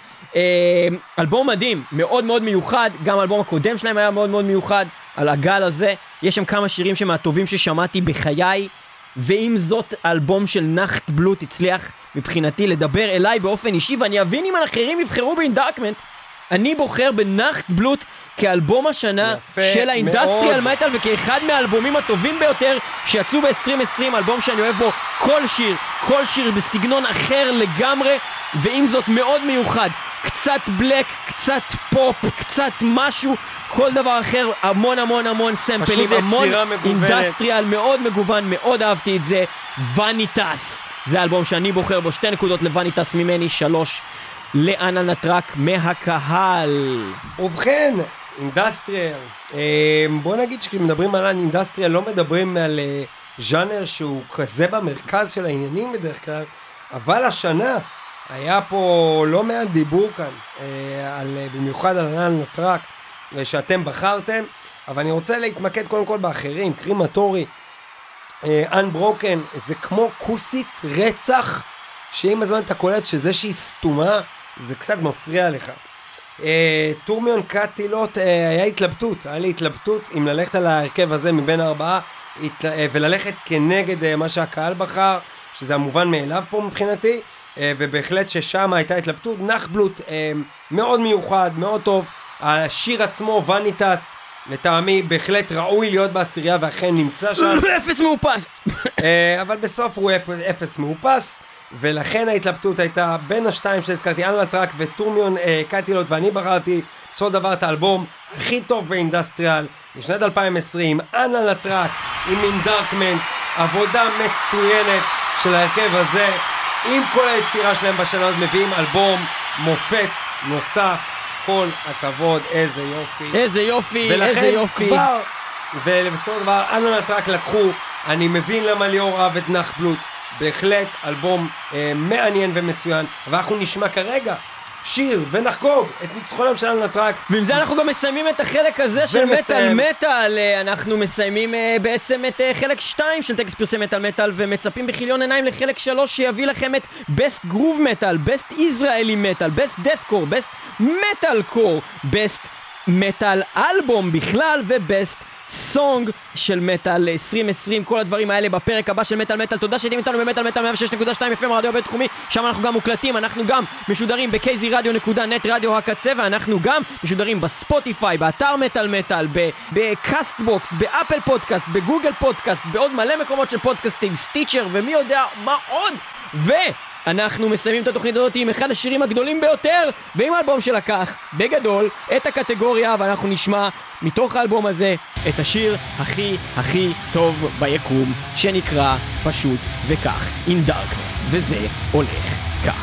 אלבום מדהים, מאוד מאוד מיוחד, גם האלבום הקודם שלהם היה מאוד מאוד מיוחד, על הגל הזה, יש שם כמה שירים שמהטובים ששמעתי בחיי, ועם זאת האלבום של נחטבלוט הצליח מבחינתי לדבר אליי באופן אישי, ואני אבין אם האחרים יבחרו באינדקמנט, אני בוחר בנחטבלוט כאלבום השנה של האינדסטריאל מטל, וכאחד מהאלבומים הטובים ביותר שיצאו ב-עשרים עשרים, אלבום שאני אוהב בו כל שיר, כל שיר בסגנון אחר לגמרי, ועם זאת מאוד מיוחד, קצת בלק, קצת פופ, קצת משהו, כל דבר אחר, המון המון המון סמפלים, המון אינדסטריאל, מאוד מגוון, מאוד אהבתי את זה. וניטס, זה האלבום שאני בוחר בו, שתי נקודות לווניטס ממני, שלוש לאנל נטרק מהקהל. ובכן, אינדסטריאל, בוא נגיד שכשמדברים על אינדסטריאל לא מדברים על ז'אנר שהוא כזה במרכז של העניינים בדרך כלל, אבל השנה היה פה לא מעט דיבור כאן, על, במיוחד על אנל נטרק שאתם בחרתם, אבל אני רוצה להתמקד קודם כל באחרים. קרימטורי, Unbroken, זה כמו כוסית רצח, שעם הזמן אתה קולט שזה שהיא סתומה, זה קצת מפריע לך. טורמיון קטילוט, היה התלבטות, היה לי התלבטות אם ללכת על ההרכב הזה מבין הארבעה, וללכת כנגד מה שהקהל בחר, שזה המובן מאליו פה מבחינתי, ובהחלט ששם הייתה התלבטות. נחטבלוט מאוד מיוחד, מאוד טוב, השיר עצמו, וניטס, לטעמי בהחלט ראוי להיות בעשירייה ואכן נמצא שם. אפס מאופס. אבל בסוף הוא אפס מאופס, ולכן ההתלבטות הייתה בין השתיים שהזכרתי, אנל נטרק וטורמיון קטילוט, ואני בחרתי בסוף דבר את האלבום הכי טוב באינדסטריאל לשנת אלפיים עשרים, אנל נטרק עם אינדקמנט, עבודה מצוינת של ההרכב הזה, עם כל היצירה שלהם בשנה, מביאים אלבום מופת נוסף. כל הכבוד, איזה יופי. איזה יופי, איזה יופי. ולכן כבר, ולבסוף דבר, אנל נטרק לקחו, אני מבין למה ליאור אהב את נחטבלוט, בהחלט אלבום אה, מעניין ומצוין, ואנחנו נשמע כרגע שיר ונחגוג את ניצחונם של אנל נטרק. ועם זה אנחנו גם מסיימים את החלק הזה של מטל מטל, אנחנו מסיימים אה, בעצם את אה, חלק שתיים של טקס פרסי מטל מטל, ומצפים בכיליון עיניים לחלק שלוש שיביא לכם את בסט גרוב מטל, בסט ישראלי מטל, בסט דאט קור, בסט מטל קור, בסט מטל אלבום בכלל, ובסט סונג של מטל עשרים עשרים, כל הדברים האלה בפרק הבא של מטל מטל. תודה שהייתם איתנו במטל מטל מאה ושש נקודה שתיים אף אם רדיו בינתחומי, שם אנחנו גם מוקלטים, אנחנו גם משודרים ב-קיי זי רדיו נקודה נט רדיו הקצה, ואנחנו גם משודרים בספוטיפיי, באתר מטל מטל, בקאסטבוקס, באפל פודקאסט, בגוגל פודקאסט, בעוד מלא מקומות של פודקאסטים, סטיצ'ר ומי יודע מה עוד. ו... אנחנו מסיימים את התוכנית הזאת עם אחד השירים הגדולים ביותר, ועם האלבום שלקח בגדול את הקטגוריה, ואנחנו נשמע מתוך האלבום הזה את השיר הכי הכי טוב ביקום, שנקרא פשוט וכך, In Darkness, וזה הולך כך.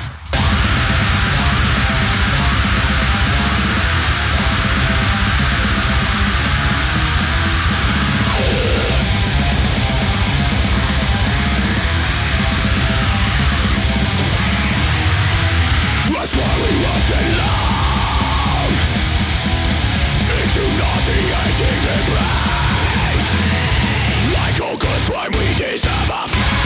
When we deserve a